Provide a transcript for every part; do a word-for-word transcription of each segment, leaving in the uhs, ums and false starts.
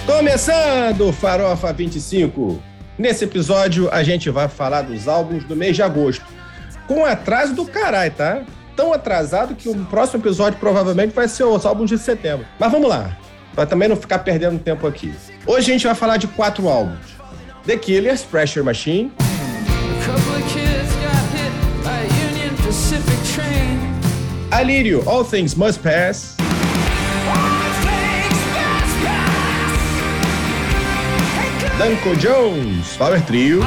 Começando o Farofa vinte e cinco. Nesse episódio, a gente vai falar dos álbuns do mês de agosto. Com atraso do caralho, tá? Tão atrasado que o próximo episódio provavelmente vai ser os álbuns de setembro. Mas vamos lá, pra também não ficar perdendo tempo aqui. Hoje a gente vai falar de quatro álbuns. The Killers, Pressure Machine. Alírio, All Things Must Pass. Danko Jones, Power Trio.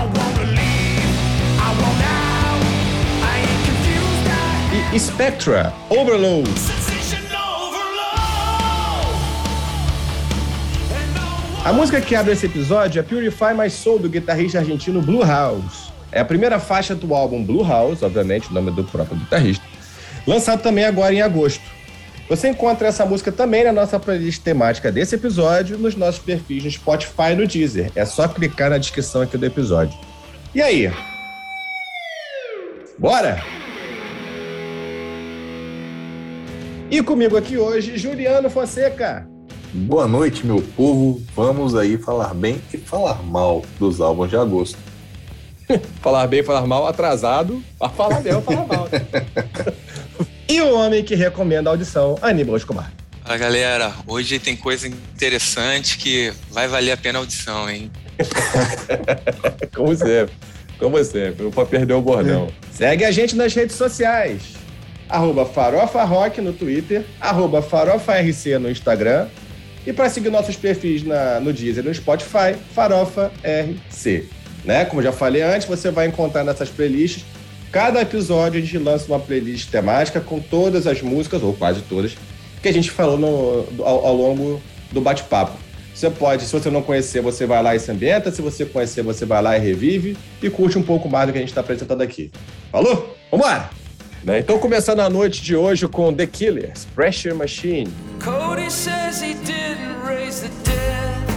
E Spectra, Overload. A música que abre esse episódio é Purify My Soul, do guitarrista argentino Blue House. É a primeira faixa do álbum Blue House, obviamente, o nome do próprio guitarrista, lançado também agora em agosto. Você encontra essa música também na nossa playlist temática desse episódio, nos nossos perfis no Spotify e no Deezer. É só clicar na descrição aqui do episódio. E aí? Bora? E comigo aqui hoje, Juliano Fonseca. Boa noite, meu povo. Vamos aí falar bem e falar mal dos álbuns de agosto. Falar bem e falar mal, atrasado. Falar bem ou falar mal. E o homem que recomenda a audição, Aníbal Escobar. Fala, galera. Hoje tem coisa interessante que vai valer a pena a audição, hein? Como sempre. Como sempre. Não pode perder o bordão. Segue a gente nas redes sociais. Arroba Farofa Rock no Twitter. Arroba Farofa R C no Instagram. E para seguir nossos perfis na, no Deezer e no Spotify, Farofa R C. Né? Como já falei antes, você vai encontrar nessas playlists. Cada episódio a gente lança uma playlist temática com todas as músicas, ou quase todas, que a gente falou no, ao, ao longo do bate-papo. Você pode, se você não conhecer, você vai lá e se ambienta. Se você conhecer, você vai lá e revive e curte um pouco mais do que a gente está apresentando aqui. Falou? Vambora! Né? Então, começando a noite de hoje com The Killers, Pressure Machine. Cody says he didn't raise the dead.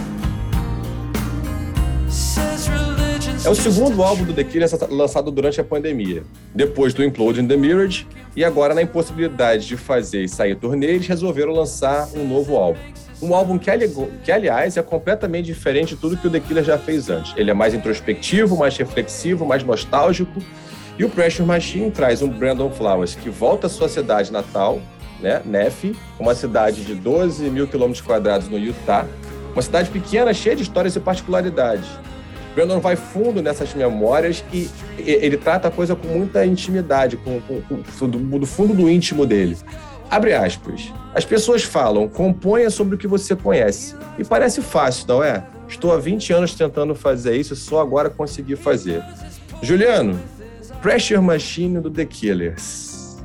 É o segundo álbum do The Killers lançado durante a pandemia. Depois do Imploding the Mirage, e agora na impossibilidade de fazer e sair turnê, eles resolveram lançar um novo álbum. Um álbum que, que, aliás, é completamente diferente de tudo que o The Killers já fez antes. Ele é mais introspectivo, mais reflexivo, mais nostálgico. E o Pressure Machine traz um Brandon Flowers que volta à sua cidade natal, né, Nephi, uma cidade de doze mil quilômetros quadrados no Utah, uma cidade pequena, cheia de histórias e particularidades. Brandon vai fundo nessas memórias e ele trata a coisa com muita intimidade, com, com, com, do, do fundo do íntimo dele. Abre aspas. As pessoas falam, componha sobre o que você conhece. E parece fácil, não é? Estou há vinte anos tentando fazer isso e só agora consegui fazer. Juliano, Pressure Machine do The Killers.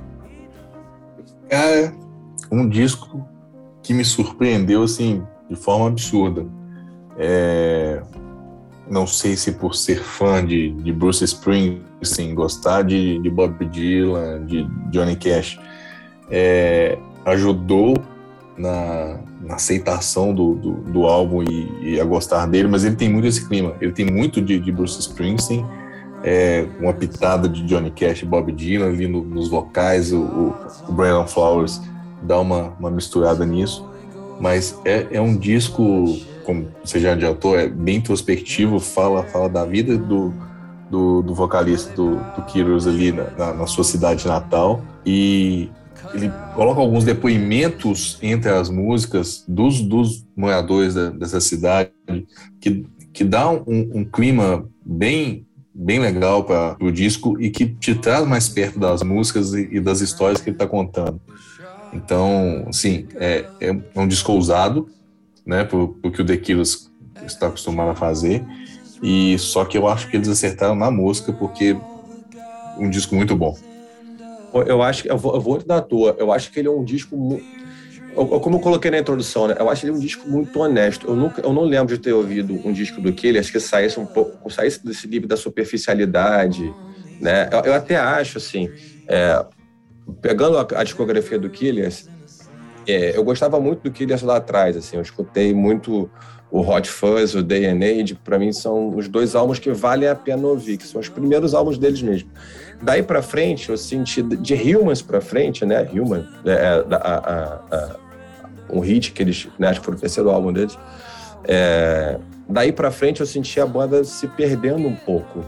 É um disco que me surpreendeu, assim, de forma absurda. É... Não sei se por ser fã de, de Bruce Springsteen, gostar de, de Bob Dylan, de Johnny Cash, é, ajudou na, na aceitação do, do, do álbum e, e a gostar dele, mas ele tem muito esse clima, ele tem muito de, de Bruce Springsteen, é, uma pitada de Johnny Cash e Bob Dylan ali no, nos vocais, o, o Brandon Flowers dá uma, uma misturada nisso, mas é, é um disco, como você já adiantou, é bem introspectivo, fala, fala da vida do, do, do vocalista do, do Killers ali na, na, na sua cidade natal, e ele coloca alguns depoimentos entre as músicas dos, dos moradores da, dessa cidade, que, que dá um, um clima bem, bem legal para o disco e que te traz mais perto das músicas e, e das histórias que ele está contando. Então, assim, é, é um disco ousado, né, por, por que o The Killers está acostumado a fazer, e só que eu acho que eles acertaram na música, porque um disco muito bom. Eu acho que eu vou, eu vou dar à toa, eu acho que ele é um disco muito, como eu coloquei na introdução, né, eu acho ele um disco muito honesto. Eu, nunca, eu não lembro de ter ouvido um disco do Killers que saísse um pouco, saísse desse livro da superficialidade, né, eu, eu até acho, assim, é, pegando a, a discografia do Killers, é, eu gostava muito do Killers lá atrás, assim, eu escutei muito o Hot Fuzz, o Day and Age, para mim são os dois álbuns que valem a pena ouvir, que são os primeiros álbuns deles mesmo. Daí para frente, eu senti, de Humans para frente, né, Human, é, a, a, a, um hit que eles, né, acho que foi o terceiro álbum deles, É, daí pra frente eu senti a banda se perdendo um pouco.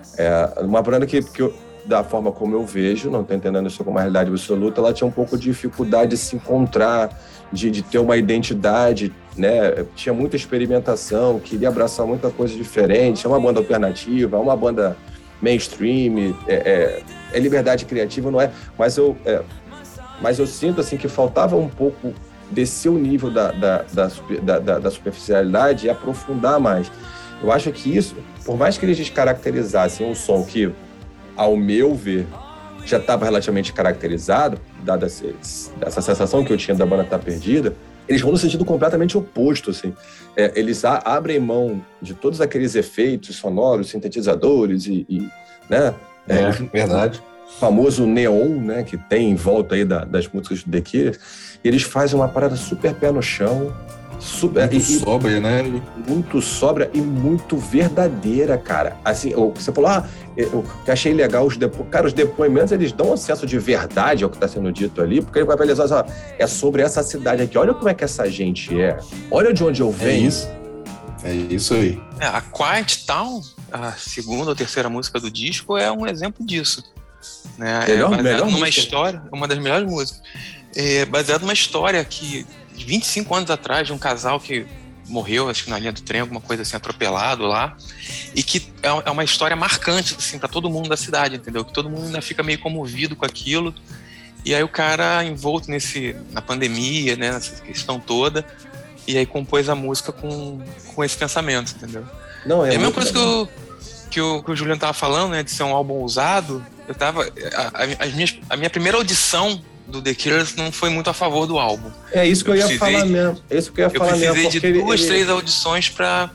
É, uma banda que, que eu, da forma como eu vejo, não estou entendendo isso como uma realidade absoluta, ela tinha um pouco de dificuldade de se encontrar, de, de ter uma identidade, né? Tinha muita experimentação, queria abraçar muita coisa diferente. É uma banda alternativa, é uma banda mainstream, é, é, é liberdade criativa, não é? Mas eu, é, mas eu sinto assim, que faltava um pouco descer o nível da, da, da, da, da superficialidade e aprofundar mais. Eu acho que isso, por mais que eles descaracterizassem um som que, ao meu ver, já estava relativamente caracterizado, dada essa sensação que eu tinha da banda estar perdida, eles vão no sentido completamente oposto, assim. É, eles a, abrem mão de todos aqueles efeitos sonoros, sintetizadores e, e né? É, é verdade. O famoso neon, né, que tem em volta aí da, das músicas do The Killers, e eles fazem uma parada super pé no chão, super, muito e, sóbria, né? Muito sóbria e muito verdadeira, cara. Assim, você falou, ah, eu achei legal os depoimentos. Cara, os depoimentos, eles dão um senso de verdade ao que está sendo dito ali, porque ele vai realizar, assim, é sobre essa cidade aqui. Olha como é que essa gente é. Olha de onde eu venho. É isso. É isso aí. É, a Quiet Town, a segunda ou terceira música do disco, é um exemplo disso. Né? Melhor, é melhor numa música. história, é uma das melhores músicas. É baseado numa história que, vinte e cinco anos atrás, de um casal que morreu, acho que na linha do trem, alguma coisa assim, atropelado lá, e que é uma história marcante, assim, para todo mundo da cidade, entendeu? Que todo mundo ainda fica meio comovido com aquilo. E aí o cara, envolto nesse, na pandemia, né, nessa questão toda, e aí compôs a música com, com esse pensamento, entendeu? Não, é, é a mesma muito coisa que o, que, o, que o Juliano tava falando, né, de ser um álbum ousado. Eu tava... A, a, as minhas, a minha primeira audição do The Killers não foi muito a favor do álbum. É isso que eu, eu ia precisei, falar mesmo. É isso que eu ia eu falar mesmo. precisei de duas, ele... três audições para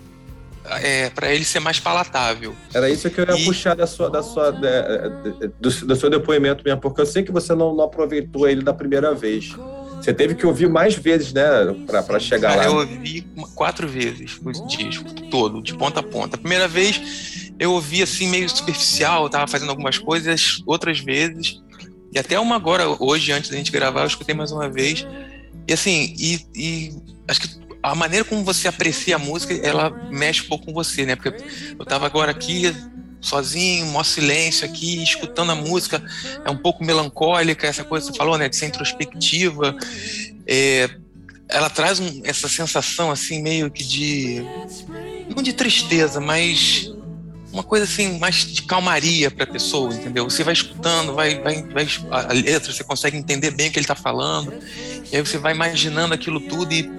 é, para ele ser mais palatável. Era isso que eu ia e... puxar da sua, da sua, da, do, do seu depoimento mesmo, porque eu sei que você não, não aproveitou ele da primeira vez. Você teve que ouvir mais vezes, né, para chegar Cara, lá. Eu ouvi quatro vezes o disco todo, de ponta a ponta. A primeira vez eu ouvi assim meio superficial, eu tava fazendo algumas coisas, outras vezes, e até uma agora, hoje, antes da gente gravar, eu escutei mais uma vez. E assim, e, e acho que a maneira como você aprecia a música, ela mexe um pouco com você, né? Porque eu tava agora aqui, sozinho, maior silêncio aqui, escutando a música, é um pouco melancólica, essa coisa que você falou, né? De ser introspectiva. É, ela traz um, essa sensação, assim, meio que de... não de tristeza, mas... uma coisa assim, mais de calmaria para a pessoa, entendeu? Você vai escutando, vai, vai, vai, a letra, você consegue entender bem o que ele está falando, e aí você vai imaginando aquilo tudo, e,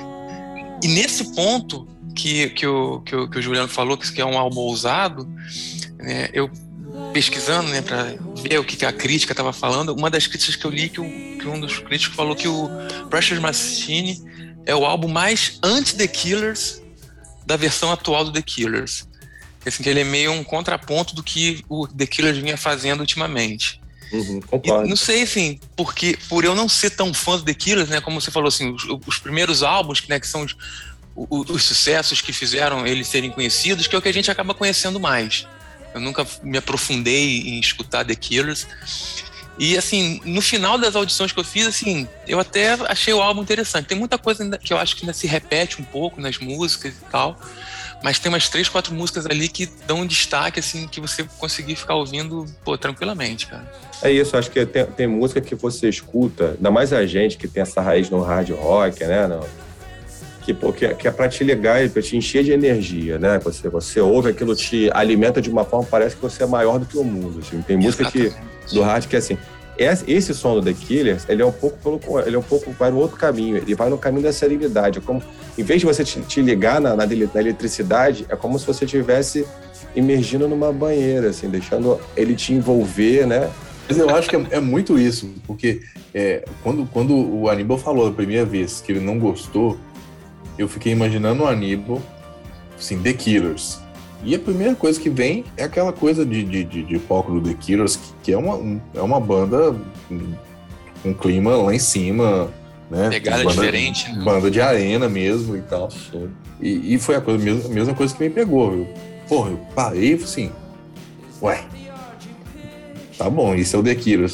e nesse ponto que, que, o, que, o, que o Juliano falou, que isso aqui é um álbum ousado, né, eu pesquisando, né, para ver o que, que a crítica estava falando, uma das críticas que eu li, que, o, que um dos críticos falou que o Precious Machine é o álbum mais anti-The Killers da versão atual do The Killers. Assim, que ele é meio um contraponto do que o The Killers vinha fazendo ultimamente. Uhum, concordo. E não sei, assim, porque por eu não ser tão fã do The Killers, né, como você falou, assim, os, os primeiros álbuns, né, que são os, os, os sucessos que fizeram eles serem conhecidos, que é o que a gente acaba conhecendo mais. Eu nunca me aprofundei em escutar The Killers. E, assim, no final das audições que eu fiz, assim, eu até achei o álbum interessante. Tem muita coisa ainda que eu acho que ainda se repete um pouco nas músicas e tal, mas tem umas três, quatro músicas ali que dão um destaque, assim, que você conseguir ficar ouvindo, pô, tranquilamente, cara. É isso, acho que tem, tem música que você escuta, ainda mais a gente que tem essa raiz no hard rock, né, não, que, pô, que, que é pra te ligar e pra te encher de energia, né, você, você ouve aquilo, te alimenta de uma forma, parece que você é maior do que o mundo, assim. Tem música que, do hard que é assim, esse som do The Killers, ele é um pouco pelo, ele é um pouco, vai no outro caminho, ele vai no caminho da serenidade, é como, em vez de você te, te ligar na, na, na eletricidade, é como se você estivesse imergindo numa banheira, assim, deixando ele te envolver, né? Mas eu acho que é, é muito isso, porque é, quando, quando o Aníbal falou a primeira vez que ele não gostou, eu fiquei imaginando o Aníbal, assim, The Killers. E a primeira coisa que vem é aquela coisa de, de, de, de foco do The Killers, que, que é, uma, um, é uma banda com um clima lá em cima, né? Pegada banda, diferente, né? Banda de arena mesmo e tal. E, e foi a, coisa, a mesma, a mesma coisa que me pegou, viu? Porra, eu parei e falei assim, ué, tá bom, isso é o The Killers.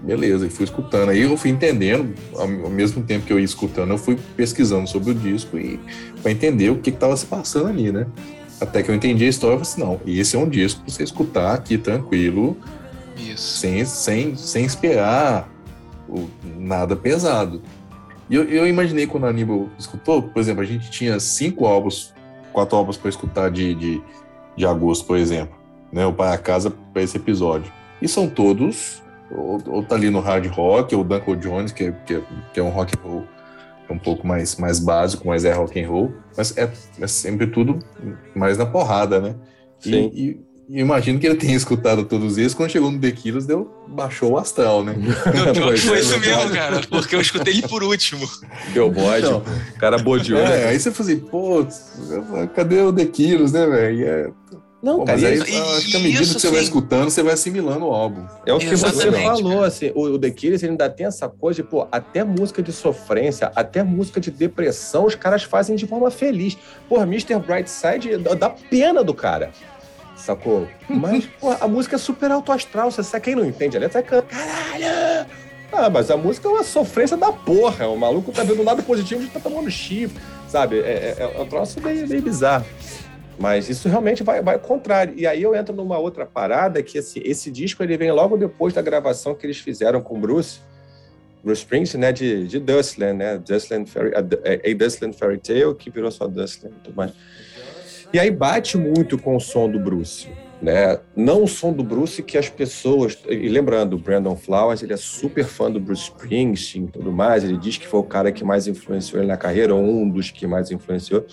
beleza, e fui escutando. Aí eu fui entendendo, ao mesmo tempo que eu ia escutando, eu fui pesquisando sobre o disco e para entender o que estava se passando ali, né? Até que eu entendi a história, eu falei assim, não, esse é um disco para você escutar aqui tranquilo, Isso. Sem, sem, sem esperar o, nada pesado. E eu, eu imaginei quando a Aníbal escutou, por exemplo, a gente tinha cinco álbuns, quatro álbuns para escutar de, de, de agosto, por exemplo, né? O Para Casa para esse episódio. E são todos, ou, ou tá ali no hard rock, ou o Duncan Jones, que é, que, é, que é um rock and roll um pouco mais, mais básico, mas é rock and roll, mas é, é sempre tudo mais na porrada, né? Sim. E, e, e imagino que ele tenha escutado todos eles, quando chegou no The Killers, deu, baixou o astral, né? Não, pior que foi é, isso mesmo, cara, porque eu escutei ele por último. Deu bode, Então, o cara bodeou. É, aí você fala assim, pô, cadê o The Killers, né, velho? É... Não, Pô, cara, mas aí, isso, acho que à medida isso, que você vai sim. escutando, você vai assimilando o álbum. é o que Exatamente, você falou, cara. assim, o, o The Killers ele ainda tem essa coisa de, pô, até música de sofrência, até música de depressão, os caras fazem de forma feliz. Porra, mister Brightside dá pena do cara, sacou? Mas, porra, a música é super alto astral, você sabe, quem não entende a letra, sai cantando, caralho! Ah, mas a música é uma sofrência da porra, o maluco tá vendo o lado positivo de tá tomando chifre, sabe? É, é, é um troço meio, meio bizarro. Mas isso realmente vai, vai ao contrário. E aí eu entro numa outra parada que assim, esse disco ele vem logo depois da gravação que eles fizeram com o Bruce, Bruce Springsteen, né, de, de Dustland, né, Dustland Fairy, a, a Dustland Fairy Tale, que virou só Dustland e tudo mais. E aí bate muito com o som do Bruce, né? Não o som do Bruce que as pessoas... E lembrando, o Brandon Flowers, ele é super fã do Bruce Springsteen e tudo mais, ele diz que foi o cara que mais influenciou ele na carreira, ou um dos que mais influenciou.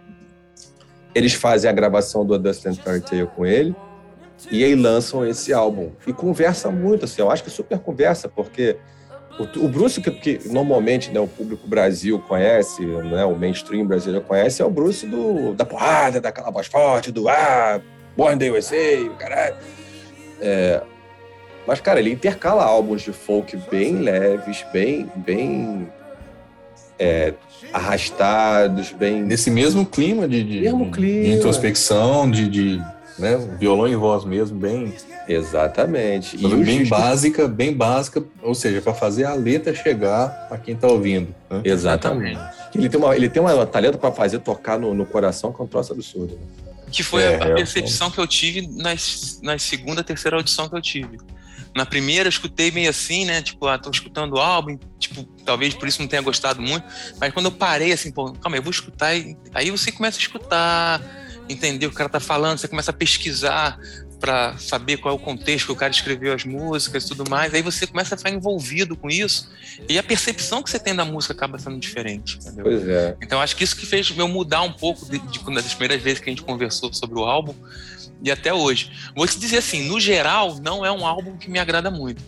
Eles fazem a gravação do A Dustland Fairy Tale com ele e aí lançam esse álbum. E conversa muito, assim, eu acho que super conversa, porque o, o Bruce que, que normalmente, né, o público Brasil conhece, né, o mainstream brasileiro conhece, é o Bruce do, da porrada, daquela voz forte, do ah, Born in the U S A, caralho. É, mas, cara, ele intercala álbuns de folk bem leves, bem... bem é, arrastados, bem... Nesse mesmo clima de, de, mesmo de, clima. de introspecção, de, de né, violão e voz mesmo, bem, Exatamente. E bem os... básica, bem básica, ou seja, para fazer a letra chegar a quem está ouvindo. Né? Exatamente. Ele tem, uma, ele tem uma talento para fazer tocar no, no coração, que é um troço absurdo. Né? Que foi É, a, a é, percepção que eu tive nas, nas segunda, terceira audição que eu tive. Na primeira eu escutei meio assim, né? Tipo, ah, tô escutando o álbum, tipo, talvez por isso não tenha gostado muito. Mas quando eu parei assim, pô, calma aí, eu vou escutar. E... aí você começa a escutar, entender o que o cara tá falando, você começa a pesquisar para saber qual é o contexto que o cara escreveu as músicas e tudo mais. Aí você começa a ficar envolvido com isso. E a percepção que você tem da música acaba sendo diferente, entendeu? Pois é. Então acho que isso que fez eu mudar um pouco de, de, das primeiras vezes que a gente conversou sobre o álbum e até hoje. Vou te dizer assim, no geral, não é um álbum que me agrada muito.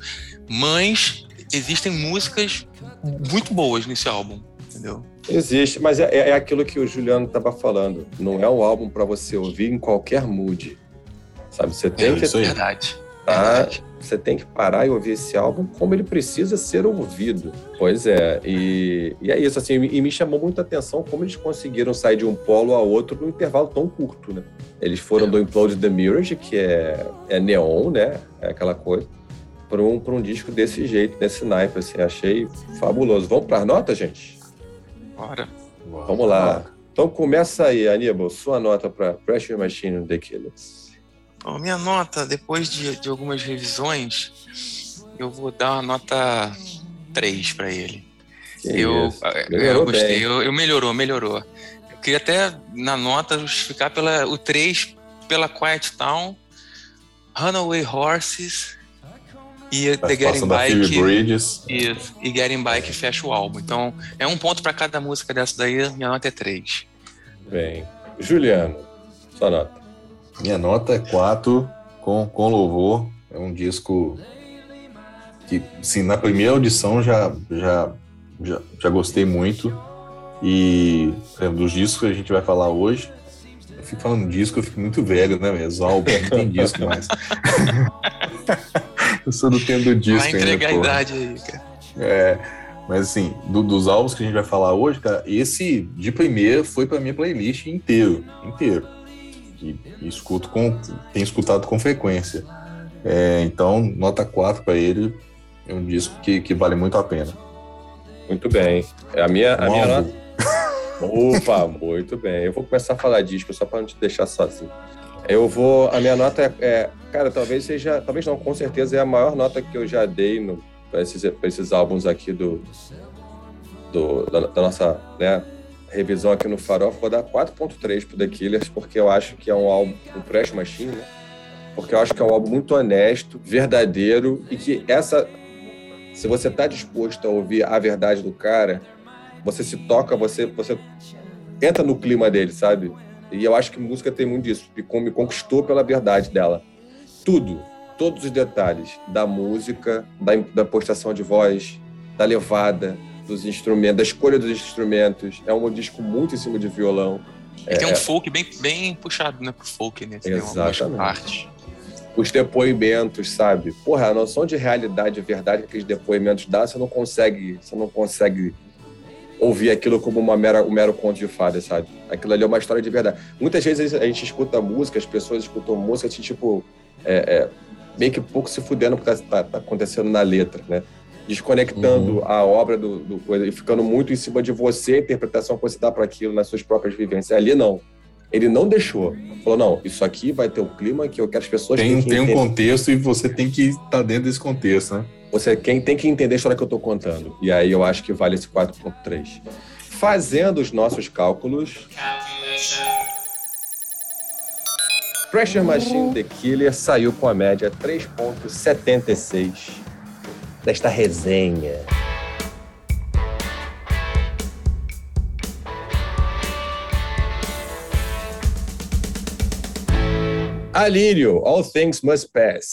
Mas existem músicas muito boas nesse álbum, entendeu? Existe, mas é, é aquilo que o Juliano estava falando. Não é um álbum para você ouvir em qualquer mood. Sabe, você tem É que... isso aí. Verdade. Tá? Verdade. Você tem que parar e ouvir esse álbum como ele precisa ser ouvido. Pois é, e, e é isso, assim, e me chamou muita atenção como eles conseguiram sair de um polo a outro num intervalo tão curto, né? Eles foram é. do Implode the Mirage, que é, é neon, né? É aquela coisa, para um, para um disco desse jeito, desse naipe, assim, achei fabuloso. Vamos para as notas, gente? Bora. Vamos lá. Então começa aí, Aníbal, sua nota para Pressure Machine The Killers. Bom, minha nota, depois de, de algumas revisões, eu vou dar uma nota três para ele. Eu, eu gostei, eu, eu melhorou, melhorou. Eu queria até, na nota, justificar pela, o três pela Quiet Town, Runaway Horses e The Getting By Bridges. E, e Getting By que fecha o álbum. Então, é um ponto para cada música dessa daí, minha nota é três. Bem, Juliano, sua nota. Minha nota é quatro, com, com louvor. É um disco que, sim, na primeira audição já, já, já, já gostei muito. E é, dos discos que a gente vai falar hoje, eu fico falando disco, eu fico muito velho, né, mesmo? Álbum não tem disco mais. Eu sou do tempo do disco. Vai entregar ainda, a idade aí, cara. É, mas assim, do, dos álbuns que a gente vai falar hoje, cara, esse de primeira foi pra minha playlist inteiro, inteiro. Que escuto com, tenho escutado com frequência. É, então, nota quatro para ele. É um disco que, que vale muito a pena. Muito bem. A minha, a Um minha álbum. nota... Opa, muito bem. Eu vou começar a falar disco só para não te deixar sozinho. Eu vou... A minha nota é, é... Cara, talvez seja... Talvez não, com certeza é a maior nota que eu já dei no, para esses, para esses álbuns aqui do... do da, da nossa, né, revisão aqui no Farofa. Vou dar quatro ponto três pro The Killers, porque eu acho que é um álbum... O Crash Machine, né? Porque eu acho que é um álbum muito honesto, verdadeiro, e que essa... Se você tá disposto a ouvir a verdade do cara, você se toca, você, você entra no clima dele, sabe? E eu acho que música tem muito disso, e me conquistou pela verdade dela. Tudo, todos os detalhes da música, da, da postação de voz, da levada, dos instrumentos, da escolha dos instrumentos. É um disco muito em cima de violão. E é, tem um folk bem, bem puxado, né, pro folk, né? Tem algumas partes. Os depoimentos, sabe? Porra, a noção de realidade e verdade que aqueles depoimentos dão, você não consegue, você não consegue ouvir aquilo como uma mera, um mero conto de fadas, sabe? Aquilo ali é uma história de verdade. Muitas vezes a gente escuta música, as pessoas escutam música, assim, tipo, é, é, meio que pouco se fudendo porque tá, tá acontecendo na letra, né? Desconectando uhum. a obra do, do coisa e ficando muito em cima de você, a interpretação que você dá para aquilo nas suas próprias vivências. Ali não. Ele não deixou. Falou, não, isso aqui vai ter um clima que eu quero as pessoas... Tem, que tem um contexto e você tem que estar dentro desse contexto, né? Você quem tem que entender a história que eu estou contando. E aí eu acho que vale esse quatro ponto três. Fazendo os nossos cálculos... Pressure Machine The Killer saiu com a média três ponto setenta e seis desta resenha. Alírio, All Things Must Pass.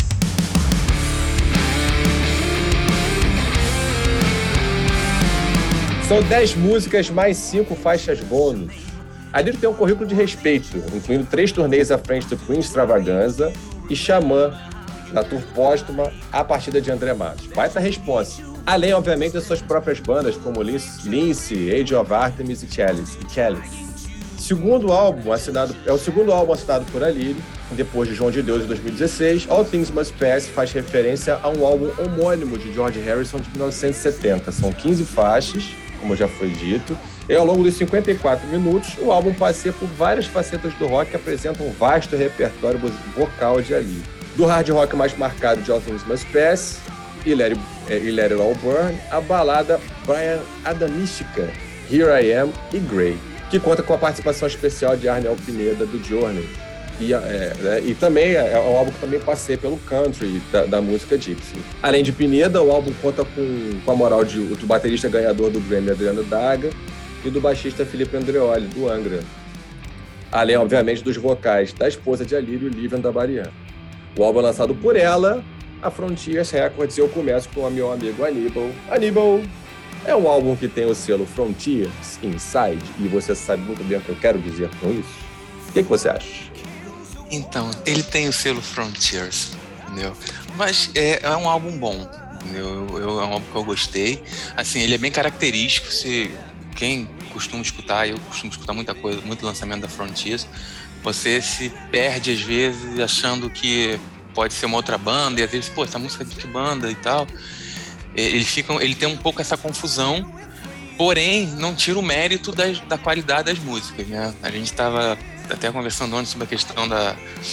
São dez músicas mais cinco faixas bônus. Alírio tem um currículo de respeito, incluindo três turnês à frente do Queen Extravaganza e Xamã, na tour póstuma, A Partida de André Matos. Baita responsa. Além, obviamente, das suas próprias bandas, como Lince, Age of Artemis e Chalice. E Chalice. Segundo álbum assinado, é o segundo álbum assinado por Alírio, depois de João de Deus, em dois mil e dezesseis. All Things Must Pass faz referência a um álbum homônimo de George Harrison de mil novecentos e setenta. São quinze faixas, como já foi dito, e ao longo dos cinquenta e quatro minutos, o álbum passeia por várias facetas do rock que apresentam um vasto repertório vocal de Alírio. Do hard rock mais marcado de All Things Must Pass e Let It, e Let It All Burn, a balada Brian Adamística, Here I Am e Grey, que conta com a participação especial de Arnel Pineda, do Journey. E, é, né, e também é um álbum que também passei pelo country da, da música Gypsy. Além de Pineda, o álbum conta com, com a moral de, do baterista ganhador do Grammy, Adriano Daga, e do baixista Felipe Andreoli, do Angra. Além, obviamente, dos vocais da esposa de Alírio, Lívia Dabarian. O álbum é lançado por ela, a Frontiers Records, e eu começo com o meu amigo Aníbal. Aníbal, é um álbum que tem o selo Frontiers Inside, e você sabe muito bem o que eu quero dizer com isso. O que, que você acha? Então, ele tem o selo Frontiers, entendeu? Mas é, é um álbum bom, entendeu? Eu, eu, é um álbum que eu gostei. Assim, ele é bem característico. Se quem costuma escutar, eu costumo escutar muita coisa, muito lançamento da Frontiers, você se perde às vezes achando que pode ser uma outra banda, e às vezes, pô, essa música é de que banda e tal. Ele, fica, ele tem um pouco essa confusão, porém, não tira o mérito das, da qualidade das músicas, né? A gente estava até conversando antes sobre a questão da,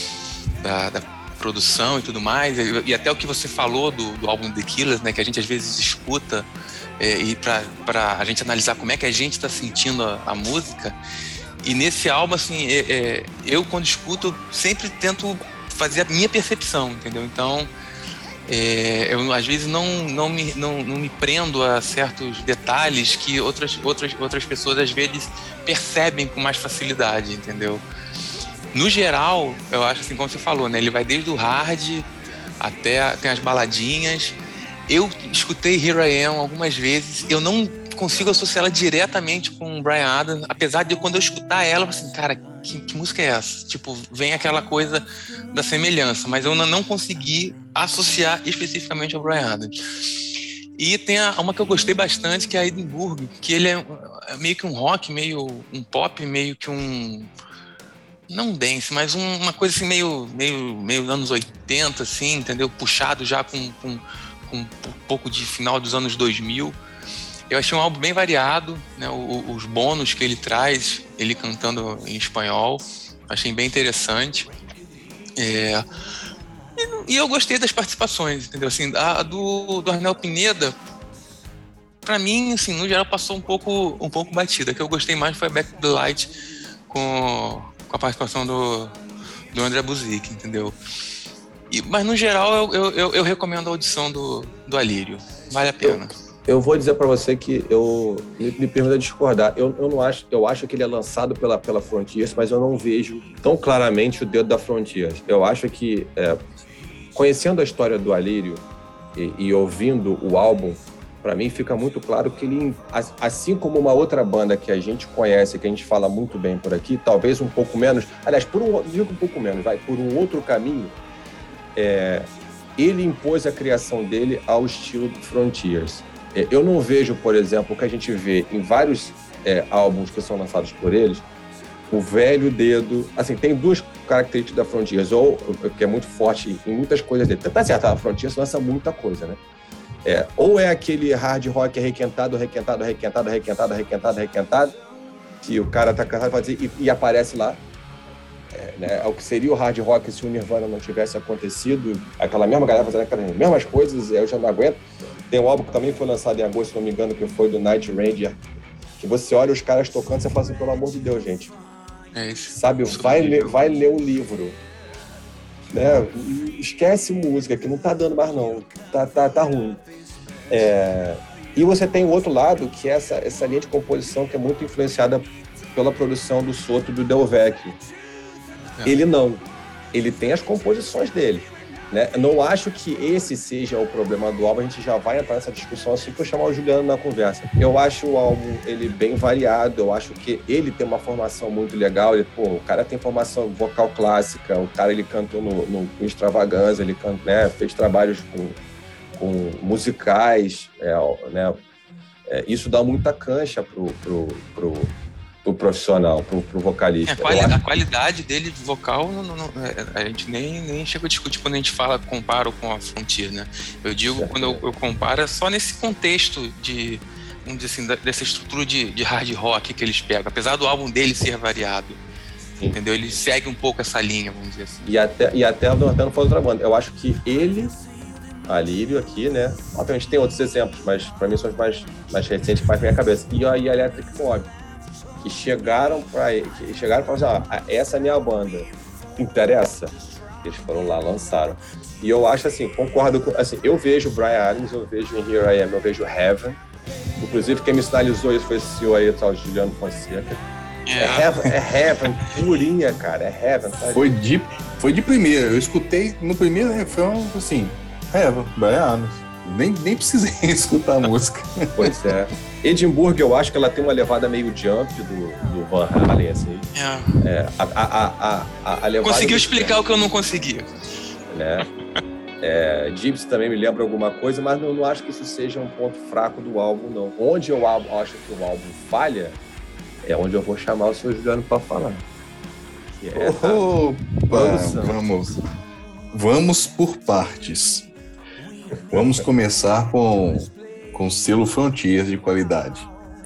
da, da produção e tudo mais, e, e até o que você falou do, do álbum The Killers, né, que a gente às vezes escuta é, e para a gente analisar como é que a gente está sentindo a, a música. E nesse álbum, assim, é, é, eu quando escuto, sempre tento fazer a minha percepção, entendeu? Então, é, eu às vezes não, não, me, não, não me prendo a certos detalhes que outras, outras, outras pessoas às vezes percebem com mais facilidade, entendeu? No geral, eu acho assim, como você falou, né? Ele vai desde o hard até tem as baladinhas. Eu escutei Here I Am algumas vezes, eu não consigo associá-la diretamente com o Bryan Adams, apesar de quando eu escutar ela, assim, cara, que, que música é essa? Tipo, vem aquela coisa da semelhança, mas eu não consegui associar especificamente ao Bryan Adams. E tem a, uma que eu gostei bastante, que é a Edimburgo, que ele é, é meio que um rock, meio um pop, meio que um... não dance, mas um, uma coisa assim meio, meio, meio anos oitenta, assim, entendeu? Puxado já com, com, com um pouco de final dos anos dois mil. Eu achei um álbum bem variado, né? O, os bônus que ele traz, ele cantando em espanhol, achei bem interessante. É, e, e eu gostei das participações, entendeu? Assim, a, a do, do Arnel Pineda, pra mim, assim, no geral, passou um pouco, um pouco batida. A que eu gostei mais foi a Back to the Light com, com a participação do, do André Buzik, entendeu? E, mas, no geral, eu, eu, eu recomendo a audição do, do Alírio. Vale a pena. Eu vou dizer para você que eu me, me permita discordar. Eu, eu não acho, eu acho que ele é lançado pela pela Frontiers, mas eu não vejo tão claramente o dedo da Frontiers. Eu acho que é, conhecendo a história do Alírio e, e ouvindo o álbum, para mim fica muito claro que ele, assim como uma outra banda que a gente conhece, que a gente fala muito bem por aqui, talvez um pouco menos, aliás, por um, digo um pouco menos, vai, por um outro caminho, é, ele impôs a criação dele ao estilo Frontiers. Eu não vejo, por exemplo, o que a gente vê em vários é, álbuns que são lançados por eles, o velho dedo... Assim, tem duas características da Frontiers, ou que é muito forte em muitas coisas dele. Tá certo, a Frontiers lança muita coisa, né? É, ou é aquele hard rock requentado, requentado, requentado, requentado, requentado, requentado, que o cara tá cansado de fazer e, e aparece lá. É, né, é o que seria o hard rock se o Nirvana não tivesse acontecido, aquela mesma galera fazendo aquelas mesmas coisas, eu já não aguento. Tem um álbum que também foi lançado em agosto, se não me engano, que foi do Night Ranger, que você olha os caras tocando e você fala assim, pelo amor de Deus, gente. É isso. Sabe, vai ler, vai ler um livro. Né? Esquece música, que não tá dando mais não. Tá, tá, tá ruim. É... E você tem o outro lado, que é essa, essa linha de composição que é muito influenciada pela produção do Soto e do Delvecchio. É. Ele não. Ele tem as composições dele. Né? Não acho que esse seja o problema do álbum, a gente já vai entrar nessa discussão assim que eu chamar o Juliano na conversa. Eu acho o álbum ele bem variado, eu acho que ele tem uma formação muito legal, ele, pô, o cara tem formação vocal clássica, o cara ele cantou no, no Extravaganza, ele canta, né, fez trabalhos com, com musicais, é, né, é, isso dá muita cancha pro, pro, pro pro profissional, pro, pro vocalista. É, a, quali- a qualidade dele de vocal, não, não, a gente nem, nem chega a discutir quando a gente fala, compara com a Frontier, né? Eu digo, certo. Quando eu, eu comparo, é só nesse contexto de, vamos dizer assim, dessa estrutura de, de hard rock que eles pegam, apesar do álbum dele ser variado. Sim. Entendeu? Ele segue um pouco essa linha, vamos dizer assim. E até, e até, até não foi outra banda. Eu acho que ele, Alírio aqui, né? Obviamente tem outros exemplos, mas pra mim são os mais, mais recentes que mais vem à cabeça. E aí a Electric Mob, que chegaram para que chegaram para dizer, ah, essa é a minha banda, interessa. Eles foram lá, lançaram. E eu acho assim, concordo com, assim, eu vejo Bryan Adams, eu vejo em Here I Am, eu vejo Heaven. Inclusive quem me sinalizou isso foi esse senhor aí, o tal Juliano Fonseca. É Heaven, é Heaven, purinha, cara, é Heaven. Sabe? Foi de, foi de primeira, eu escutei no primeiro refrão, assim, Heaven, Bryan Adams. Nem, nem precisei escutar a música. Pois é. Edimburgo, eu acho que ela tem uma levada meio jump do, do Van Halen, assim. É. É, a, a, a, a, a levada Conseguiu explicar o que eu não conseguia. Né? É, Gypsy também me lembra alguma coisa, mas eu não acho que isso seja um ponto fraco do álbum, não. Onde eu acho que o álbum falha, é onde eu vou chamar o senhor Juliano para falar. Que é, oh, tá, vamos, vamos por partes. Vamos começar com, com o selo Frontiers de qualidade.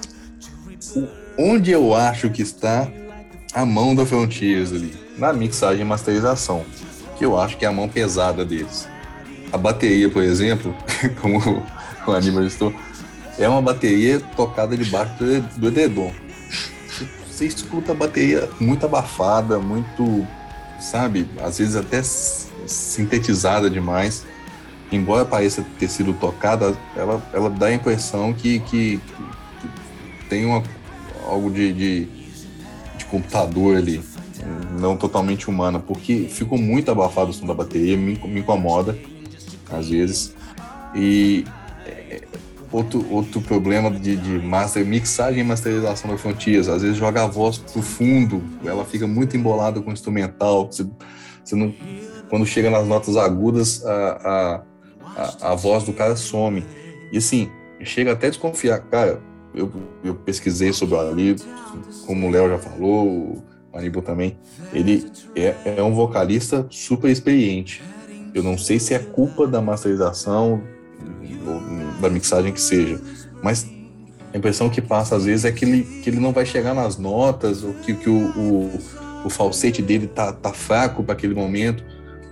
Onde eu acho que está a mão da Frontiers ali? Na mixagem e masterização, que eu acho que é a mão pesada deles. A bateria, por exemplo, como o Aníbal estou, é uma bateria tocada debaixo do edredom. Você escuta a bateria muito abafada, muito, sabe, às vezes até sintetizada demais. Embora pareça ter sido tocada, ela, ela dá a impressão que, que, que tem uma, algo de, de, de computador ali, não totalmente humana, porque ficou muito abafado o som da bateria, me, me incomoda, às vezes. E é, outro, outro problema de, de master, mixagem e masterização da Frontiers, às vezes joga a voz pro fundo, ela fica muito embolada com o instrumental, você, você não, quando chega nas notas agudas, a, a A, a voz do cara some. E assim, chega até a desconfiar. Cara, eu, eu pesquisei sobre o Alírio, como o Léo já falou, o Aníbal também. Ele é, é um vocalista super experiente. Eu não sei se é culpa da masterização, ou da mixagem que seja, mas a impressão que passa às vezes é que ele, que ele não vai chegar nas notas, ou que, que o, o, o falsete dele tá, tá fraco para aquele momento,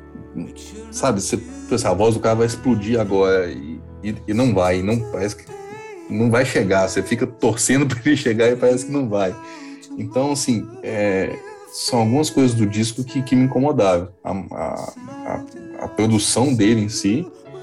sabe? Você, a voz do cara vai explodir agora e, e, e não vai, não, parece que não vai chegar, você fica torcendo para ele chegar e parece que não vai. Então, assim, é, são algumas coisas do disco que, que me incomodaram. A, a, a, a produção dele em si,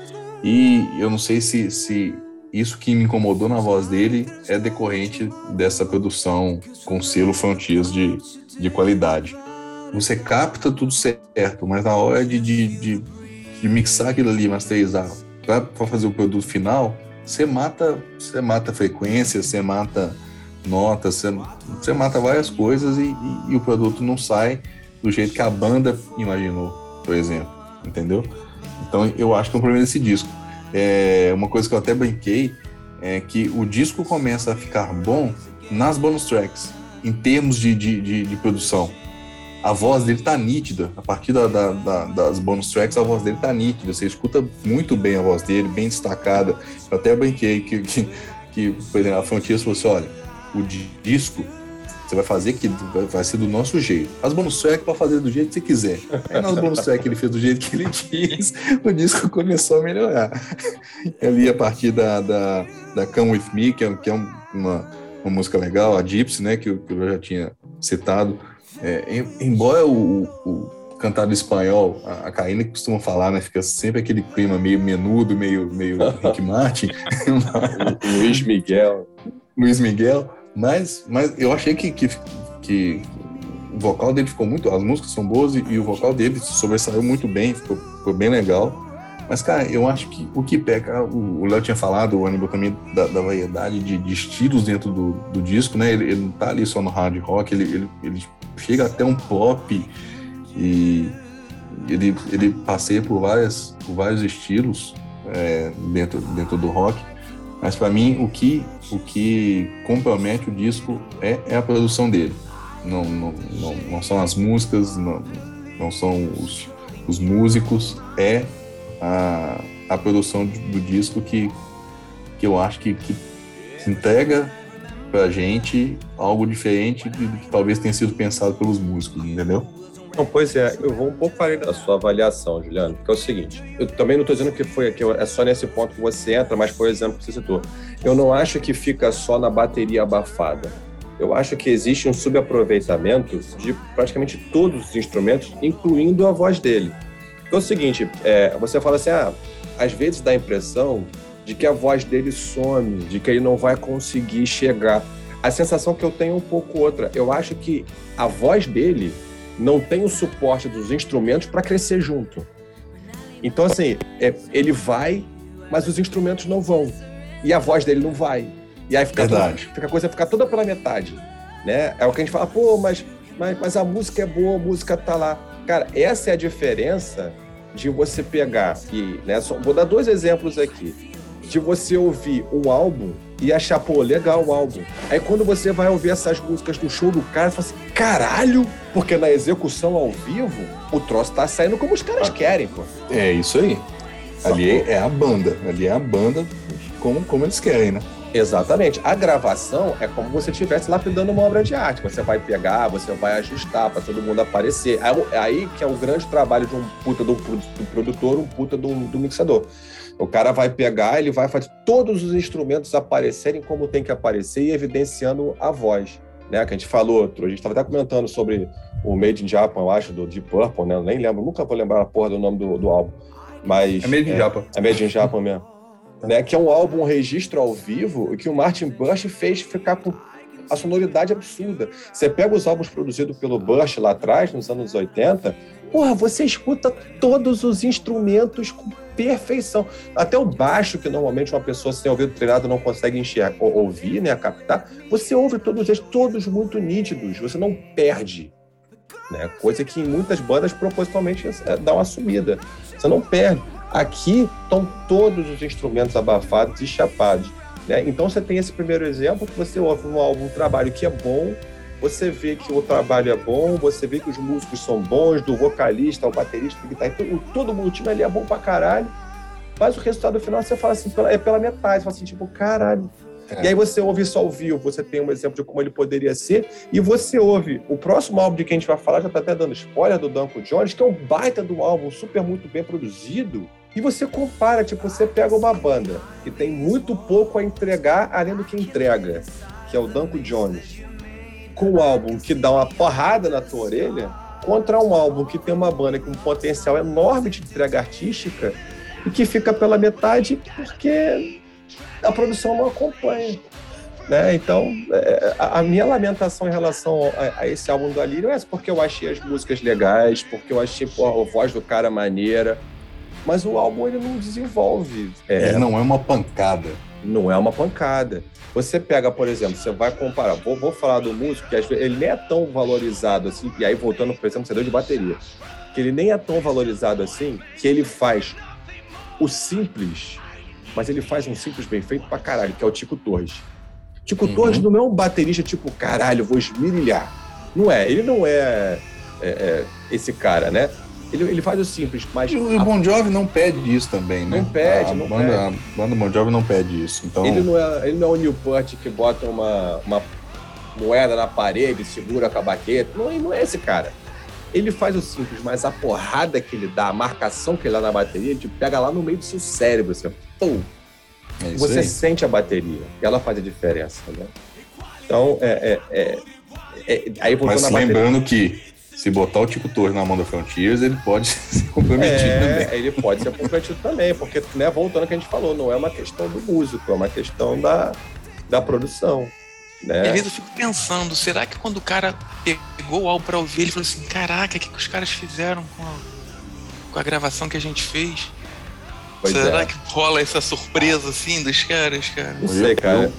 e eu não sei se, se isso que me incomodou na voz dele é decorrente dessa produção com selo Frontiers de, de qualidade. Você capta tudo certo, mas na hora de, de, de, de mixar aquilo ali, masterizar, para fazer o produto final, você mata, você mata frequência, você mata notas, você, você mata várias coisas e, e, e o produto não sai do jeito que a banda imaginou, por exemplo, entendeu? Então eu acho que é um problema desse disco. É, uma coisa que eu até brinquei é que o disco começa a ficar bom nas bonus tracks, em termos de, de, de, de produção. A voz dele tá nítida, a partir da, da, da, das bonus tracks a voz dele tá nítida, você escuta muito bem a voz dele, bem destacada. Eu até brinquei que, que, que por exemplo, a Frontiers falou assim, olha, o disco você vai fazer que vai ser do nosso jeito. As bonus tracks para fazer do jeito que você quiser. Aí nas bonus tracks ele fez do jeito que ele quis, o disco começou a melhorar. Ali a partir da, da, da Come With Me, que é, que é uma, uma música legal, a Gypsy, né, que, eu, que eu já tinha citado. É, embora o, o cantado espanhol, a, a Karina costuma falar, né, fica sempre aquele clima meio menudo, meio, meio Rick Martin. Luiz Miguel. Luiz Miguel. Mas, mas eu achei que, que, que o vocal dele ficou muito... As músicas são boas e, e o vocal dele sobressaiu muito bem, ficou, ficou bem legal. Mas, cara, eu acho que o que peca... O Léo tinha falado, o Aníbal também, da, da variedade de, de estilos dentro do, do disco, né? Ele, ele não tá ali só no hard rock, ele, ele, ele chega até um pop e ele, ele passeia por, várias, por vários estilos é, dentro, dentro do rock. Mas para mim o que, o que compromete o disco é, é a produção dele. Não, não, não, não são as músicas, não, não são os, os músicos, é a, a produção do disco que, que eu acho que, que entrega pra gente algo diferente do que talvez tenha sido pensado pelos músicos, entendeu? Não, pois é, eu vou um pouco além da sua avaliação, Juliano, porque é o seguinte, eu também não estou dizendo que foi aqui, é só nesse ponto que você entra, mas por exemplo que você citou, eu não acho que fica só na bateria abafada, eu acho que existe um subaproveitamento de praticamente todos os instrumentos, incluindo a voz dele. Porque é o seguinte, é, você fala assim, ah, às vezes dá a impressão de que a voz dele some, de que ele não vai conseguir chegar. A sensação que eu tenho é um pouco outra, eu acho que a voz dele não tem o suporte dos instrumentos para crescer junto. Então, assim, é, ele vai, mas os instrumentos não vão. E a voz dele não vai. E aí fica, toda, fica a coisa fica toda pela metade. Né? É o que a gente fala, pô, mas, mas, mas a música é boa, a música tá lá. Cara, essa é a diferença de você pegar, e, né, só, vou dar dois exemplos aqui, de você ouvir um álbum e achar, pô, legal o álbum. Aí quando você vai ouvir essas músicas no show do cara, você fala assim, caralho, porque na execução ao vivo, o troço tá saindo como os caras querem, pô. É isso aí. Ali é a banda, ali é a banda como, como eles querem, né? Exatamente. A gravação é como se você estivesse lapidando uma obra de arte. Você vai pegar, você vai ajustar para todo mundo aparecer. É aí que é o grande trabalho de um puta do, do produtor, um puta do, do mixador. O cara vai pegar, ele vai fazer todos os instrumentos aparecerem como tem que aparecer e evidenciando a voz, né? Que a gente falou, a gente estava até comentando sobre o Made in Japan, eu acho, do Deep Purple, né? Eu nem lembro, nunca vou lembrar a porra do nome do, do álbum. Mas, é Made in é, Japan. É Made in Japan mesmo. Né? Que é um álbum, um registro ao vivo, que o Martin Bush fez ficar com a sonoridade absurda. Você pega os álbuns produzidos pelo Bush lá atrás, nos anos oitenta, porra, você escuta todos os instrumentos com perfeição. Até o baixo, que normalmente uma pessoa sem ouvido treinado não consegue enxergar, ouvir, né, captar, você ouve todos eles, todos muito nítidos, você não perde. Né? Coisa que em muitas bandas propositalmente dá uma sumida. Você não perde. Aqui estão todos os instrumentos abafados e chapados. Né? Então você tem esse primeiro exemplo, que você ouve um álbum, um trabalho que é bom, você vê que o trabalho é bom, você vê que os músicos são bons, do vocalista ao baterista, do guitarrista, todo mundo, o time ali é bom pra caralho, mas o resultado final você fala assim, é pela metade, você fala assim, tipo, caralho. É. E aí você ouve isso ao vivo, você tem um exemplo de como ele poderia ser, e você ouve o próximo álbum de que a gente vai falar, já tá até dando spoiler, do Duncan Jones, que é um baita do álbum, super muito bem produzido, e você compara, tipo, você pega uma banda que tem muito pouco a entregar, além do que entrega, que é o Duncan Jones, com um álbum que dá uma porrada na tua orelha, contra um álbum que tem uma banda com um potencial enorme de entrega artística, e que fica pela metade porque a produção não acompanha, né? Então, é, a minha lamentação em relação a, a esse álbum do Alírio é essa, porque eu achei as músicas legais, porque eu achei pô, a voz do cara maneira, mas o álbum ele não desenvolve. É, ele não é uma pancada. Não é uma pancada. Você pega, por exemplo, você vai comparar, vou, vou falar do músico, que às vezes ele nem é tão valorizado assim, e aí voltando, por exemplo, C D de bateria, que ele nem é tão valorizado assim, que ele faz o simples, mas ele faz um simples bem feito pra caralho, que é o Tico Torres. Tico uhum. Torres não é um baterista tipo, caralho, vou esmirilhar. Não é, ele não é, é, é esse cara, né? Ele, ele faz o simples, mas... E o Bon Jovi não pede isso também, né? Não pede, a não banda, pede. A banda Bon Jovi não pede isso, então... Ele não é, ele não é o Neil Peart que bota uma, uma moeda na parede, segura com a baqueta. Não, não é esse cara. Ele faz o simples, mas a porrada que ele dá, a marcação que ele dá na bateria, ele te pega lá no meio do seu cérebro. Você, pum, é você aí. Sente a bateria. E ela faz a diferença, né? Então, é... é, é, é aí mas na lembrando bateria. que se botar o Tico Torres na mão da Frontiers, ele pode ser comprometido é, também. Ele pode ser comprometido também, porque, né, voltando ao que a gente falou, não é uma questão do músico, é uma questão da, da produção. Né? Às vezes eu fico pensando, será que quando o cara pegou o álbum pra ouvir, ele falou assim, caraca, o que, que os caras fizeram com a, com a gravação que a gente fez? Pois será é. que rola essa surpresa assim dos caras, cara? Não sei, cara. Eu,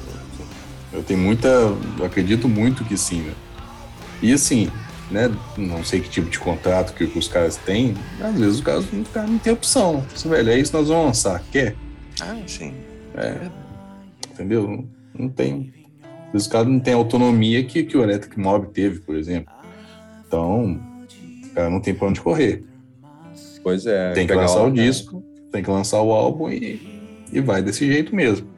eu tenho muita... Eu acredito muito que sim, né? E assim, né? Não sei que tipo de contrato que, que os caras têm. Às vezes os caras não, cara, não tem opção. Se, velho, é isso, nós vamos lançar. Quer? Ah, sim. É. Entendeu? Não, não tem... Os caras não têm a autonomia que, que o Electric Mob teve, por exemplo. Então, o cara não tem pra onde correr. Pois é. Tem que lançar o disco, tem que lançar o álbum e, e vai desse jeito mesmo.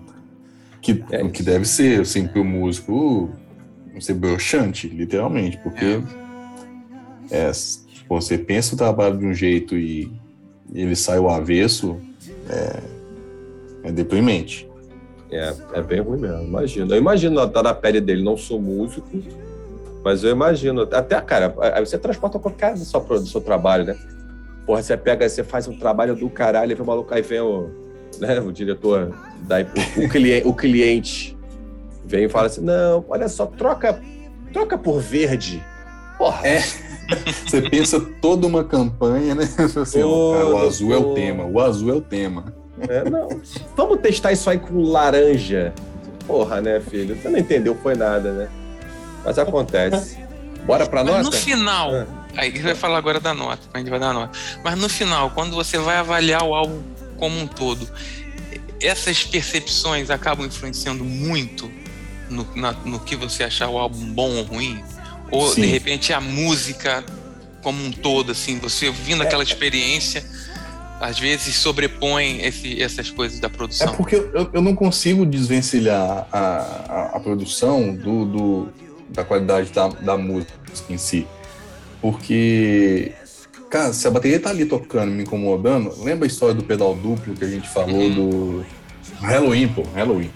Que, é o que deve ser, assim, pro músico ser broxante, literalmente, porque é. É, você pensa o trabalho de um jeito e ele sai ao avesso, é, é deprimente. É, é bem ruim mesmo, imagino. Eu imagino estar na pele dele, não sou músico, mas eu imagino. Até, cara, aí você transporta qualquer do seu, do seu trabalho, né? Porra, você pega, você faz um trabalho do caralho, aí vem o maluco, aí vem o, né, o diretor, daí, o, o, cliente, o cliente vem e fala assim, não, olha só, troca, troca por verde. Porra. É. Você pensa toda uma campanha, né? Assim, oh, cara, o azul oh. é o tema, o azul é o tema. É, não. Vamos testar isso aí com laranja. Porra, né, filho? Você não entendeu, foi nada, né? Mas acontece. Bora pra nota? Mas no final, ah. aí a gente vai falar agora da nota, a gente vai dar a nota. Mas no final, quando você vai avaliar o álbum como um todo, essas percepções acabam influenciando muito no, na, no que você achar o álbum bom ou ruim? Ou, Sim. de repente, a música como um todo, assim, você ouvindo é. aquela experiência... às vezes sobrepõe esse, essas coisas da produção. É porque eu, eu não consigo desvencilhar a, a, a produção do, do, da qualidade da, da música em si. Porque, cara, se a bateria tá ali tocando, me incomodando, lembra a história do pedal duplo que a gente falou uhum. do Halloween, pô, Halloween.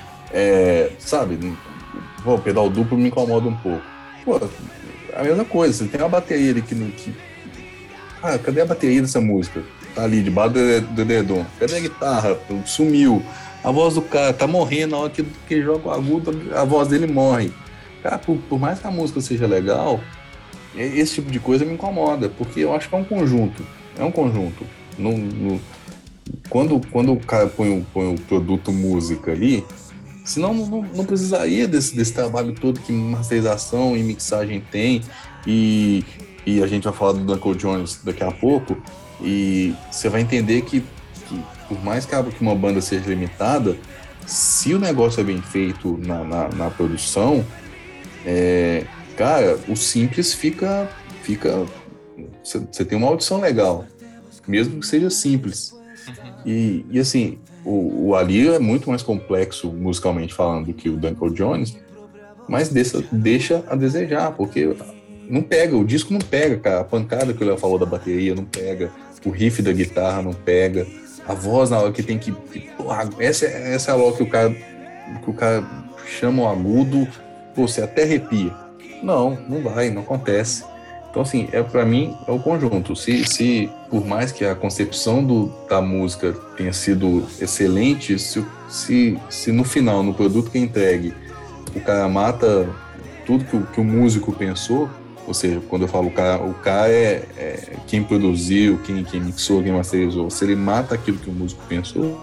É, sabe, pô, o pedal duplo me incomoda um pouco. Pô, a mesma coisa, você tem uma bateria ali que... que ah, cadê a bateria dessa música? Tá ali, debaixo do dedão. Cadê a guitarra? Sumiu. A voz do cara tá morrendo na hora que, que joga o agudo, a voz dele morre. Cara, por, por mais que a música seja legal, esse tipo de coisa me incomoda, porque eu acho que é um conjunto. É um conjunto. No, no, quando, quando o cara põe o, põe o produto música ali, senão não, não precisaria desse, desse trabalho todo que masterização e mixagem tem. E, e a gente vai falar do Duncan Jones daqui a pouco. E você vai entender que, que por mais que uma banda seja limitada, se o negócio é bem feito na, na, na produção, é, cara, o simples fica... fica você tem uma audição legal, mesmo que seja simples. Uhum. E, e assim, o, o Alírio é muito mais complexo musicalmente falando do que o Duncan Jones, mas deixa, deixa a desejar, porque não pega, o disco não pega, cara. A pancada que o Léo falou da bateria não pega, o riff da guitarra não pega, a voz na hora que tem que... Porra, essa, essa é a hora que o cara, que o cara chama o agudo, pô, você até arrepia. Não, não vai, não acontece. Então, assim, é, pra mim, é o conjunto. Se, se por mais que a concepção do, da música tenha sido excelente, se, se, se no final, no produto que é entregue, o cara mata tudo que o, que o músico pensou, ou seja, quando eu falo o cara, o cara é, é quem produziu, quem, quem mixou, quem masterizou, se ele mata aquilo que o músico pensou,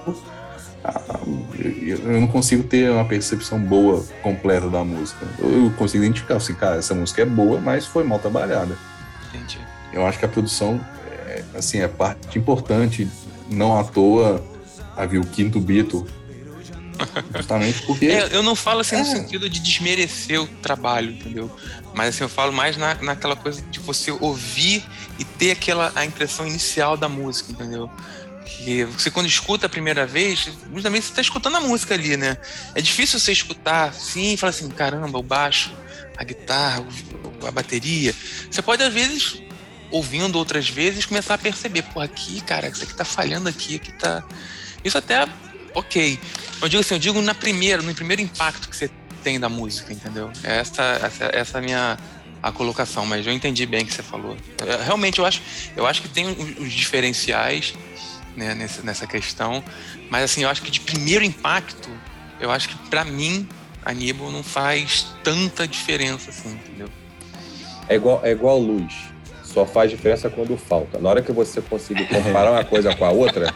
eu não consigo ter uma percepção boa, completa da música. Eu consigo identificar, assim, cara, essa música é boa, mas foi mal trabalhada. Entendi. Eu acho que a produção é, assim, é parte importante, não à toa havia o quinto Beatle, justamente porque... É, eu não falo assim é. no sentido de desmerecer o trabalho, entendeu? Mas assim, eu falo mais na, naquela coisa de você ouvir e ter aquela, a impressão inicial da música, entendeu? Que você, quando escuta a primeira vez, justamente você está escutando a música ali, né? É difícil você escutar assim e falar assim, caramba, o baixo, a guitarra, a bateria. Você pode, às vezes, ouvindo outras vezes, começar a perceber, pô, aqui, cara, isso aqui tá falhando aqui, aqui tá... Isso até, ok. Eu digo assim, eu digo na primeira, no primeiro impacto que você tem da música, entendeu? Essa, essa, essa é a minha... a colocação, mas eu entendi bem o que você falou. Realmente, eu acho, eu acho que tem os diferenciais, né, nessa, nessa questão, mas assim, eu acho que de primeiro impacto, eu acho que pra mim, Aníbal não faz tanta diferença assim, entendeu? É igual, é igual luz, só faz diferença quando falta. Na hora que você conseguir comparar uma coisa com a outra,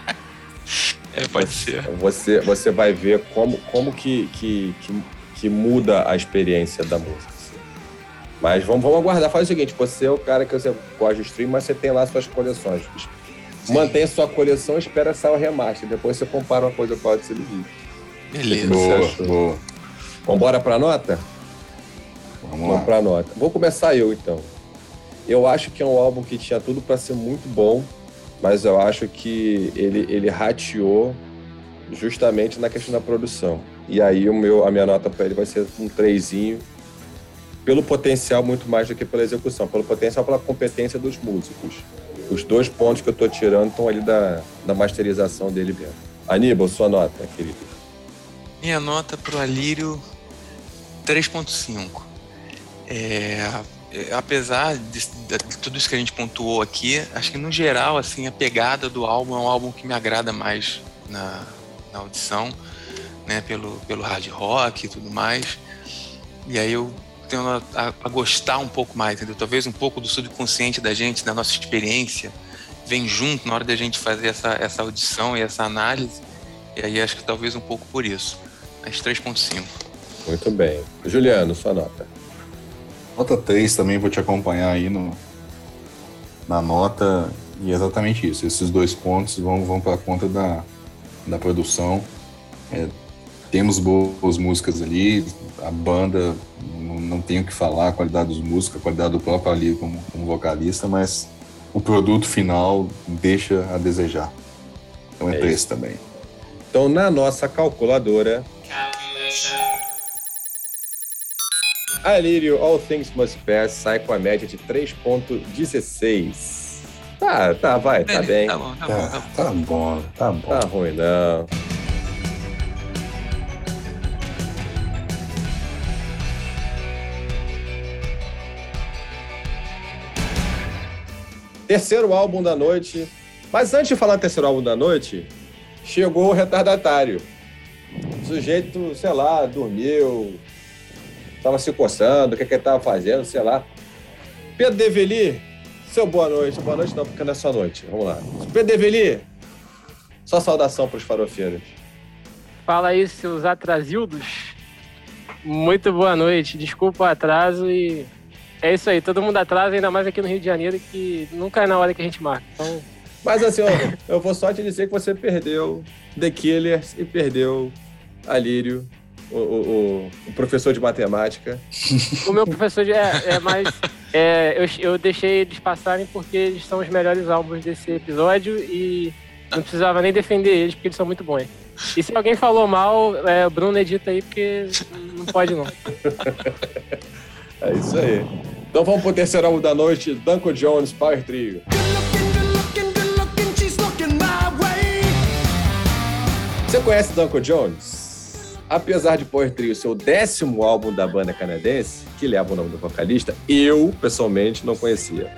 é, pode você, ser. Você, você vai ver como, como que, que, que, que muda a experiência da música. Assim. Mas vamos, vamos aguardar. Faz o seguinte, você é o cara que você gosta de stream, mas você tem lá suas coleções. Sim. Mantém sua coleção e espera sair o remaster. Depois você compara uma coisa com a outra e se divide. Beleza. Boa, boa. Vambora pra nota? Vamos, Vamos lá. pra nota. Vou começar eu, então. Eu acho que é um álbum que tinha tudo pra ser muito bom, mas eu acho que ele, ele rateou justamente na questão da produção. E aí o meu, a minha nota pra ele vai ser um trezinho, pelo potencial muito mais do que pela execução, pelo potencial, pela competência dos músicos. Os dois pontos que eu tô tirando estão ali da, da masterização dele mesmo. Aníbal, sua nota, querido. Minha nota pro Alírio, três ponto cinco. É, apesar de, de tudo isso que a gente pontuou aqui, acho que no geral, assim, a pegada do álbum é um álbum que me agrada mais na, na audição, né, pelo, pelo hard rock e tudo mais. E aí eu tendo a, a, a gostar um pouco mais, entendeu? Talvez um pouco do subconsciente da gente, da nossa experiência, vem junto na hora da gente fazer essa, essa audição e essa análise. E aí acho que talvez um pouco por isso. Mas três ponto cinco. Muito bem. Juliano, sua nota. Nota três também, vou te acompanhar aí no, na nota. E é exatamente isso. Esses dois pontos vão, vão para conta da, da produção. É, temos boas músicas ali, a banda, não, não tenho o que falar, a qualidade dos músicos, a qualidade do próprio ali como, como vocalista, mas o produto final deixa a desejar. Então é, é três também. Então, na nossa calculadora, Alírio, All Things Must Pass sai com a média de três ponto dezesseis. Tá, tá, vai, tá é, bem. Tá bom, tá, tá, bom, tá bom. Tá bom, tá bom. Tá ruim, não. Terceiro álbum da noite. Mas antes de falar do terceiro álbum da noite, chegou o retardatário. O sujeito, sei lá, dormiu, estava se coçando, o que, que ele estava fazendo, sei lá. Pedro Develi, seu boa noite. Boa noite não, porque não é só noite. Vamos lá. Pedro Develi, só saudação para os farofeiros. Fala aí, seus atrasildos. Muito boa noite. Desculpa o atraso e é isso aí. Todo mundo atrasa, ainda mais aqui no Rio de Janeiro, que nunca é na hora que a gente marca. Então... Mas assim, eu, eu vou só te dizer que você perdeu The Killers e perdeu Alírio, o, o, o professor de matemática. O meu professor de... É, é mas é, eu, eu deixei eles passarem porque eles são os melhores álbuns desse episódio e Não precisava nem defender eles, porque eles são muito bons. E se alguém falou mal, é, o Bruno edita aí, porque não pode não. É isso aí. Então vamos pro terceiro álbum da noite, Danko Jones, Power Trio. Você conhece Danko Jones? Apesar de Power Trio ser o décimo álbum da banda canadense, que leva o nome do vocalista, eu, pessoalmente, não conhecia.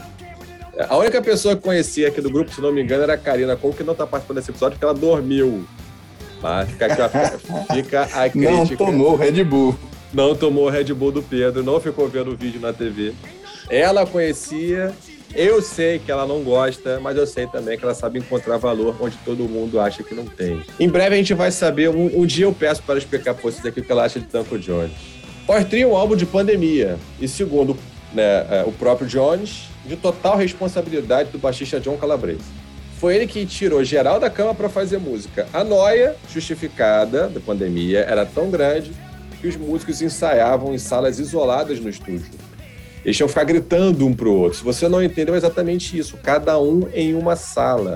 A única pessoa que conhecia aqui do grupo, se não me engano, era a Karina Cole, que não tá participando desse episódio porque ela dormiu. Mas fica aqui, ó, fica a crítica. Não tomou Red Bull. Não tomou o Red Bull do Pedro, não ficou vendo o vídeo na T V. Ela conhecia, eu sei que ela não gosta, mas eu sei também que ela sabe encontrar valor onde todo mundo acha que não tem. Em breve a gente vai saber, um, um dia eu peço para ela explicar para vocês aqui o que ela acha de Danko Jones. Power Trio é um álbum de pandemia, e segundo, né, o próprio Jones, de total responsabilidade do baixista John Calabrese. Foi ele que tirou geral da cama para fazer música. A noia justificada da pandemia era tão grande que os músicos ensaiavam em salas isoladas no estúdio. Eles tinham que ficar gritando um pro outro. Se você não entendeu, é exatamente isso. Cada um em uma sala,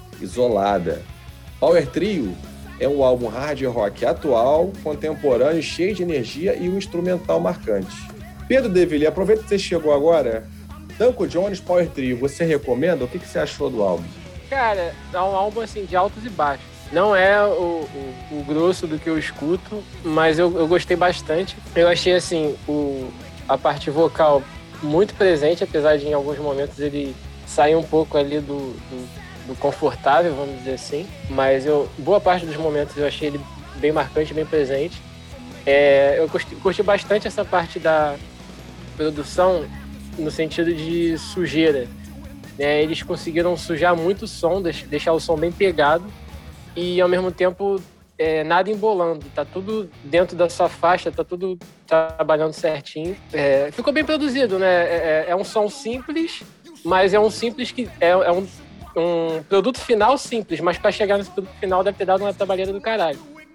isolada. Power Trio é um álbum hard rock atual, contemporâneo, cheio de energia e um instrumental marcante. Pedro Devilliers, aproveita que você chegou agora. Danko Jones, Power Trio, você recomenda? O que você achou do álbum? Cara, é um álbum assim, de altos e baixos. Não é o, o, o grosso do que eu escuto, mas eu, eu gostei bastante. Eu achei, assim, o, a parte vocal muito presente, apesar de em alguns momentos ele sair um pouco ali do, do, do confortável, vamos dizer assim. Mas eu, boa parte dos momentos eu achei ele bem marcante, bem presente. É, eu curti, curti bastante essa parte da produção no sentido de sujeira. É, eles conseguiram sujar muito o som, deixar o som bem pegado e, ao mesmo tempo, é, nada embolando. Tá tudo dentro da sua faixa, tá tudo trabalhando certinho. É, ficou bem produzido, né? É, é um som simples, mas é um simples que... É, é um, um produto final simples, mas para chegar nesse produto final deve ter dado uma trabalheira do caralho.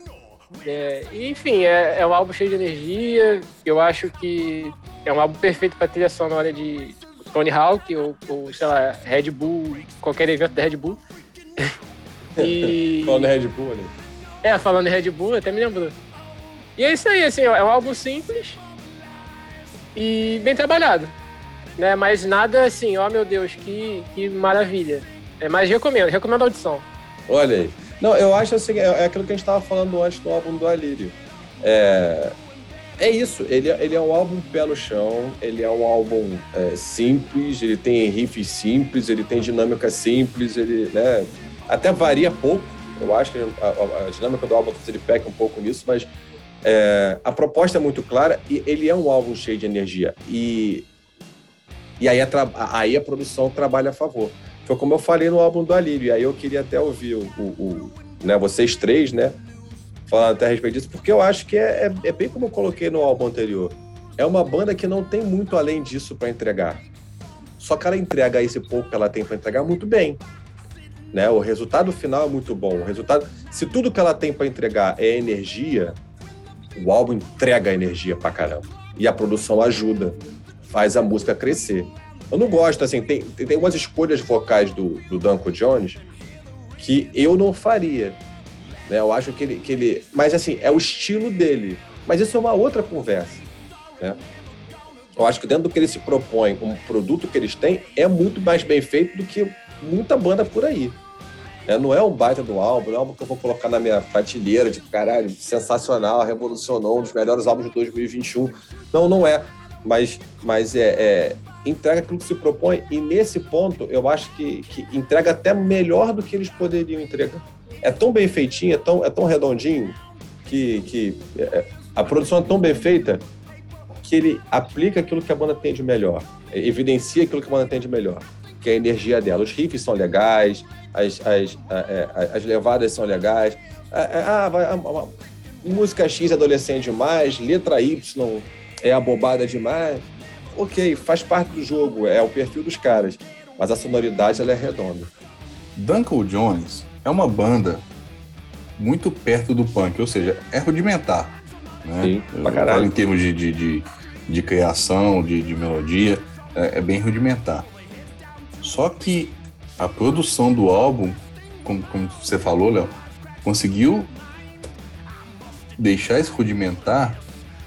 É, e, enfim, é, é um álbum cheio de energia. Eu acho que é um álbum perfeito para trilha sonora de Tony Hawk ou, ou, sei lá, Red Bull, qualquer evento da Red Bull. E... Falando de Red Bull, né? É, falando de Red Bull, até me lembrou. E é isso aí, assim, é um álbum simples e bem trabalhado, né? Mas nada assim, ó, meu Deus, que, que maravilha. É, mas recomendo, recomendo a audição. Olha aí. Não, eu acho assim, é, é aquilo que a gente estava falando antes do álbum do Alírio. É... É isso, ele, ele é um álbum pé no chão, ele é um álbum é, simples, ele tem riffs simples, ele tem dinâmica simples, ele, né, até varia pouco, eu acho que a, a, a dinâmica do álbum ele peca um pouco nisso, mas é, a proposta é muito clara e ele é um álbum cheio de energia. E, e aí, a, aí a produção trabalha a favor. Foi como eu falei no álbum do Alírio, e aí eu queria até ouvir o, o, o, né, vocês três, né? Falando até a respeito disso, porque eu acho que é, é, é bem como eu coloquei no álbum anterior. É uma banda que não tem muito além disso para entregar. Só que ela entrega esse pouco que ela tem para entregar muito bem. Né? O resultado final é muito bom. O resultado, se tudo que ela tem para entregar é energia, o álbum entrega energia pra caramba. E a produção ajuda, faz a música crescer. Eu não gosto, assim, tem, tem umas escolhas vocais do, do Danko Jones que eu não faria. Né, eu acho que ele, que ele... Mas, assim, é o estilo dele. Mas isso é uma outra conversa. Né? Eu acho que dentro do que ele se propõe, um produto que eles têm, é muito mais bem feito do que muita banda por aí. Né? Não é um baita do álbum, não é um álbum que eu vou colocar na minha prateleira de caralho, sensacional, revolucionou, um dos melhores álbuns de dois mil e vinte e um. Não, não é. Mas, mas é, é, entrega aquilo que se propõe. E, nesse ponto, eu acho que, que entrega até melhor do que eles poderiam entregar. É tão bem feitinho, é tão, é tão redondinho, que, que é, a produção é tão bem feita que ele aplica aquilo que a banda tem de melhor, evidencia aquilo que a banda tem de melhor, que é a energia dela. Os riffs são legais, as, as, as, as levadas são legais. Ah, vai, a, a, música X é adolescente demais, letra Y é abobada demais. Ok, faz parte do jogo, é o perfil dos caras, mas a sonoridade ela é redonda. Danko Jones é uma banda muito perto do punk, ou seja, é rudimentar. Né? Sim, pra caralho. Em termos de, de, de, de criação, de, de melodia, é, é bem rudimentar. Só que a produção do álbum como, como você falou, Léo, conseguiu deixar esse rudimentar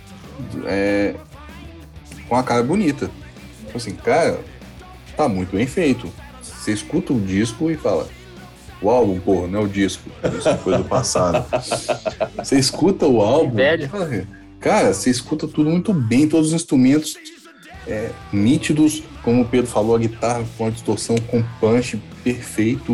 é, com a cara bonita. Tipo assim, cara, tá muito bem feito. Você escuta o disco e fala, o álbum, porra, não é o disco. Isso é coisa do passado. Você escuta o álbum, Velho. fala, cara, você escuta tudo muito bem, todos os instrumentos é, nítidos, como o Pedro falou, a guitarra com a distorção, com punch perfeito,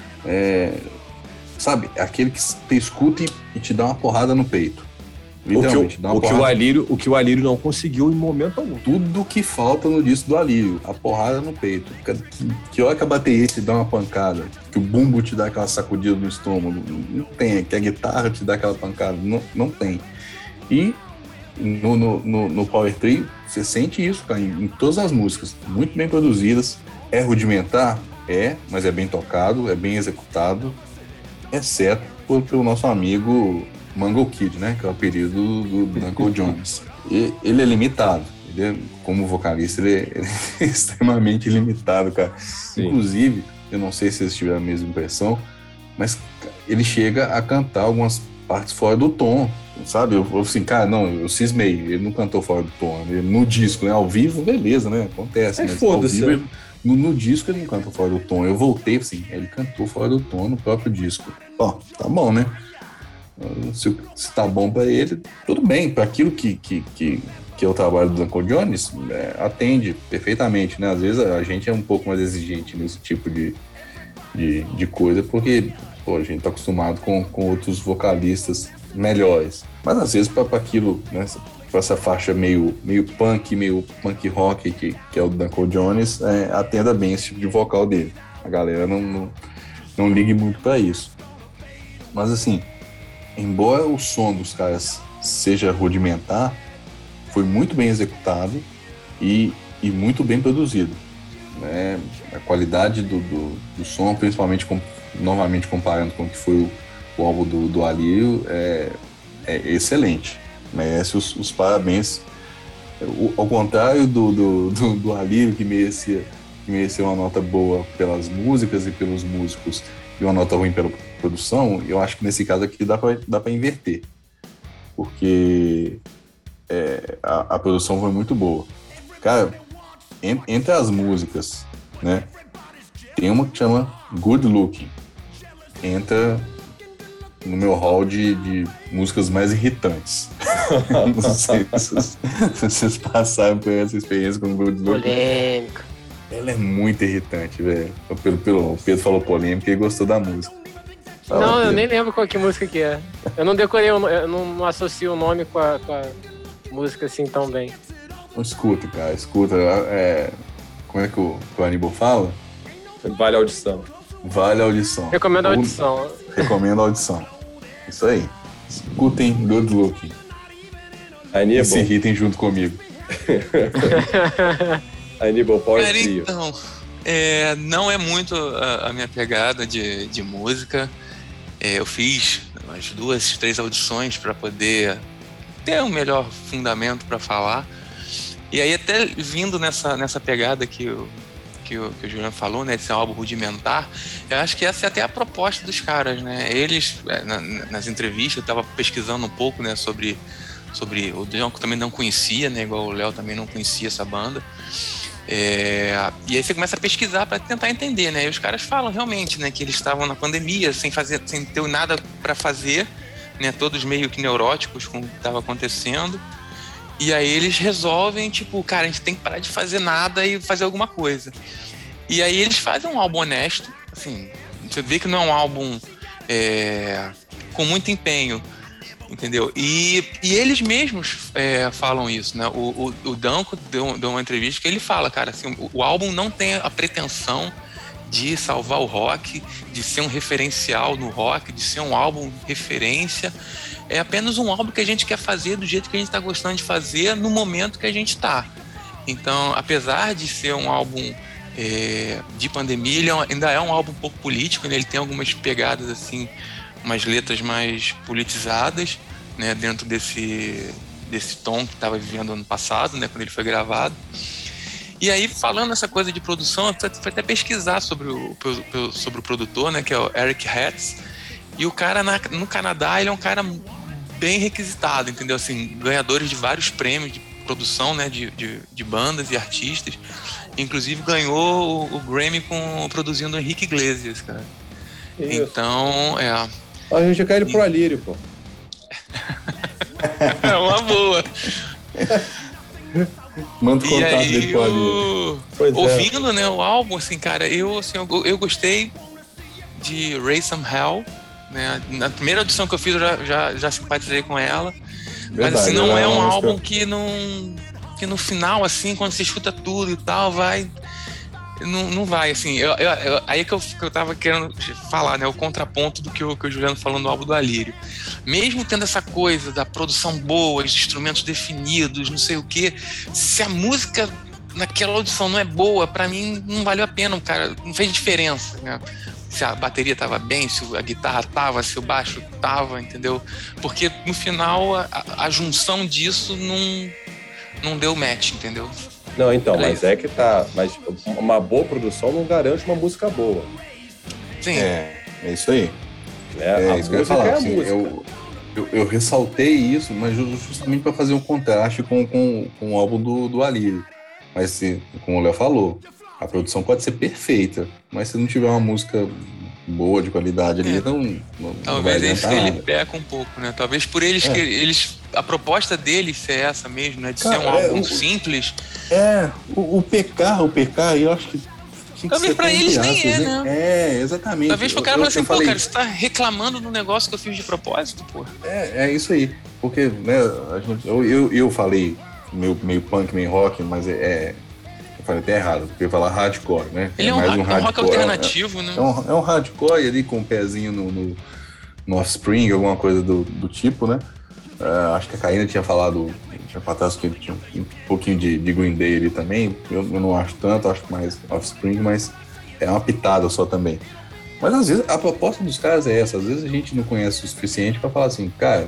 é, sabe, aquele que você escuta e, e te dá uma porrada no peito. O que, o, o, que o, Alírio, o que o Alírio não conseguiu em momento algum. Tudo que falta no disco do Alírio, a porrada no peito. Que, que hora que a bateria te dá uma pancada, que o bumbo te dá aquela sacudida no estômago, não tem. Que a guitarra te dá aquela pancada, não, não tem. E no, no, no, no Power Trio, você sente isso, cara, em, em todas as músicas, muito bem produzidas. É rudimentar? É, mas é bem tocado, é bem executado, exceto por, pelo nosso amigo Mango Kid, né? Que é o apelido do, do Uncle Jones. E ele é limitado. Ele é, como vocalista, ele é, ele é extremamente limitado, cara. Sim. Inclusive, eu não sei se vocês tiveram a mesma impressão, mas ele chega a cantar algumas partes fora do tom, sabe? Eu, eu assim, cara, não, eu cismei. Ele não cantou fora do tom. Ele, no disco, né? Ao vivo, beleza, né? Acontece. É, mas foda-se. Ao vivo, ele, no, no disco ele não canta fora do tom. Eu voltei, assim, ele cantou fora do tom no próprio disco. Ó, tá bom, né? Se, se tá bom pra ele, tudo bem. Para aquilo que, que, que, que é o trabalho do Uncle Jones, é, atende perfeitamente, né? Às vezes a gente é um pouco mais exigente nesse tipo de, de, de coisa, porque pô, a gente tá acostumado com, com outros vocalistas melhores. Mas às vezes para aquilo, né? Pra essa faixa meio, meio punk, meio punk rock que, que é o do Uncle Jones, é, atenda bem esse tipo de vocal dele. A galera não, não, não ligue muito para isso. Mas assim, embora o som dos caras seja rudimentar, foi muito bem executado e, e muito bem produzido. Né? A qualidade do, do, do som, principalmente com, novamente comparando com o que foi o, o álbum do, do Alírio, é, é excelente. Merece os, os parabéns. O, ao contrário do, do, do, do Alírio, que merecia, que merecia uma nota boa pelas músicas e pelos músicos e uma nota ruim pela produção, eu acho que nesse caso aqui dá pra, dá pra inverter, porque é, a, a produção foi muito boa. Cara, en, entre as músicas, né, tem uma que chama Good Looking, entra no meu hall de, de músicas mais irritantes. Não sei se vocês, se vocês passaram por essa experiência com Good Looking. Polêmica. Ela é muito irritante, velho. Pelo, pelo, o Pedro falou polêmica e ele gostou da música. Não, não, eu nem lembro qual que música que é. Eu não decorei, eu não, eu não associo o nome com a, com a música assim tão bem. Não escuta, cara, escuta. É, como é que o, que o Aníbal fala? Vale a audição. Vale a audição. Recomendo a audição. Recomendo a audição. Isso aí. Escutem Good Looking. Aníbal. E se irritem junto comigo. Aníbal, Power Cara, Trio. então, é, não é muito a, a minha pegada de, de música. É, eu fiz umas duas, três audições para poder ter um melhor fundamento para falar. E aí até vindo nessa, nessa pegada que o, que, o, que o Juliano falou, né, de ser um álbum rudimentar, eu acho que essa é até a proposta dos caras, né? Eles, na, nas entrevistas, eu estava pesquisando um pouco, né, sobre, sobre o John, que eu também não conhecia, né, igual o Léo também não conhecia essa banda. É, e aí você começa a pesquisar para tentar entender, né? E os caras falam realmente, né, que eles estavam na pandemia, sem fazer, sem ter nada para fazer, né? Todos meio que neuróticos com o que estava acontecendo. E aí eles resolvem, tipo, cara, a gente tem que parar de fazer nada e fazer alguma coisa. E aí eles fazem um álbum honesto, assim, você vê que não é um álbum é, com muito empenho, entendeu? E, e eles mesmos é, falam isso, né? O, o, o Danko deu, deu uma entrevista que ele fala, cara, assim, o, o álbum não tem a pretensão de salvar o rock, de ser um referencial no rock, de ser um álbum referência. É apenas um álbum que a gente quer fazer do jeito que a gente está gostando de fazer no momento que a gente está. Então, apesar de ser um álbum é, de pandemia, ele ainda é um álbum um pouco político, né? Ele tem algumas pegadas, assim, umas letras mais politizadas, né? Dentro desse, desse tom que estava vivendo ano passado, né? Quando ele foi gravado. E aí, falando essa coisa de produção, eu fui até pesquisar sobre o, sobre o produtor, né, que é o Eric Hertz. E o cara na, no Canadá, ele é um cara bem requisitado, entendeu? Assim, ganhadores de vários prêmios de produção, né, de, de, de bandas e artistas. Inclusive ganhou o, o Grammy com, produzindo o Henrique Iglesias, cara. Isso. Então, é... A gente quer ele pro Alírio, pô. É uma boa. Manda o contato aí, dele pro Alírio. Ouvindo, é. né, o álbum, assim, cara, eu, assim, eu, eu gostei de Raise Some Hell, né? Na primeira audição que eu fiz, eu já, já, já simpatizei com ela. Verdade, mas, assim, não é um álbum que não... que no final, assim, quando você escuta tudo e tal, vai... Não, não vai, assim... Eu, eu, eu, aí que eu, que eu tava querendo falar, né? O contraponto do que o, que o Juliano falou no álbum do Alírio. Mesmo tendo essa coisa da produção boa, os instrumentos definidos, não sei o quê, se a música naquela audição não é boa, pra mim não valeu a pena, cara. Não fez diferença, né? Se a bateria tava bem, se a guitarra tava, se o baixo tava, entendeu? Porque no final a, a junção disso não... não deu match, entendeu? Não, então, Era mas isso. é que tá... Mas uma boa produção não garante uma música boa. Sim. É, é isso aí. É, é a isso que eu ia falar. É assim, eu, eu, eu ressaltei isso, mas justamente para fazer um contraste com, com, com o álbum do, do Alírio. Mas, se, como o Léo falou, a produção pode ser perfeita, mas se não tiver uma música boa, de qualidade ali, é. não, não Talvez não esse ele peca um pouco, né? Talvez por eles... É. que eles a proposta deles ser essa mesmo, né? De Cara, ser um álbum é, o, simples. É, o, o pecar, o pecar, eu acho que tinha Talvez que ser pra eles nem é, né? É, exatamente. Talvez pro cara falar assim, pô, falei... cara, você tá reclamando do negócio que eu fiz de propósito, pô. É, é isso aí. Porque, né, a gente, eu, eu, eu falei meio, meio punk, meio rock, mas é... é eu falei até errado, porque eu ia falar hardcore, né? Ele é, é mais um, um hardcore, rock alternativo, é, né? É um, é um hardcore ali com um pezinho no, no, no Offspring, alguma coisa do, do tipo, né? Uh, acho que a Karina tinha falado, tinha falado que tinha um pouquinho de, de Green Day ali também. Eu, eu não acho tanto, acho mais Offspring, mas é uma pitada só também. Mas às vezes a proposta dos caras é essa, às vezes a gente não conhece o suficiente para falar assim, cara,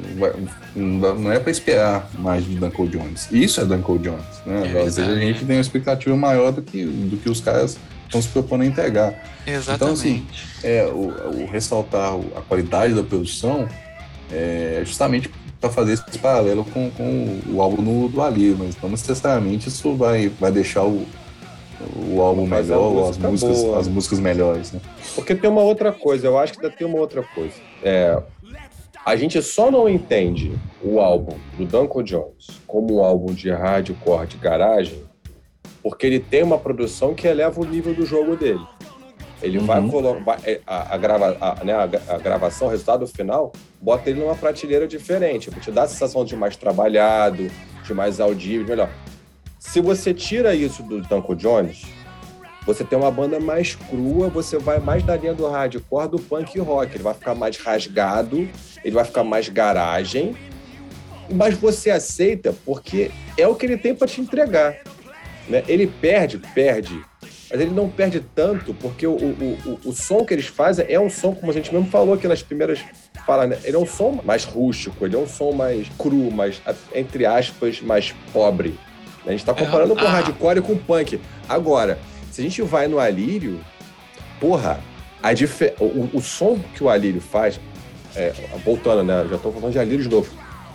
não é para esperar mais de Danko Jones. Isso é Danko Jones, né? É, às vezes a gente tem uma expectativa maior do que, do que os caras estão se propondo a entregar. Exatamente. Então, assim, é, o, o ressaltar a qualidade da produção é justamente para fazer esse paralelo com, com o álbum do, do Alírio, mas não necessariamente isso vai, vai deixar o, o álbum melhor ou as músicas, as músicas melhores, né? Porque tem uma outra coisa, eu acho que ainda tem uma outra coisa. É, a gente só não entende o álbum do Danko Jones como um álbum de hardcore de garagem porque ele tem uma produção que eleva o nível do jogo dele. Ele uhum. vai colocar a, a, grava, a, né, a, a gravação, o resultado final, bota ele numa prateleira diferente, te dá a sensação de mais trabalhado, de mais audível, de melhor. Se você tira isso do Danko Jones, você tem uma banda mais crua, você vai mais da linha do hardcore, do punk rock. Ele vai ficar mais rasgado, ele vai ficar mais garagem, mas você aceita porque é o que ele tem para te entregar. Né? Ele perde, perde, mas ele não perde tanto porque o, o, o, o som que eles fazem é um som, como a gente mesmo falou aqui nas primeiras falas, né? Ele é um som mais rústico, ele é um som mais cru, mais, entre aspas, mais pobre. A gente tá comparando é, com o hardcore e com o punk. Agora, se a gente vai no Alírio, porra, a dif... o, o som que o Alírio faz, é, voltando, né? Já tô falando de Alírio de novo.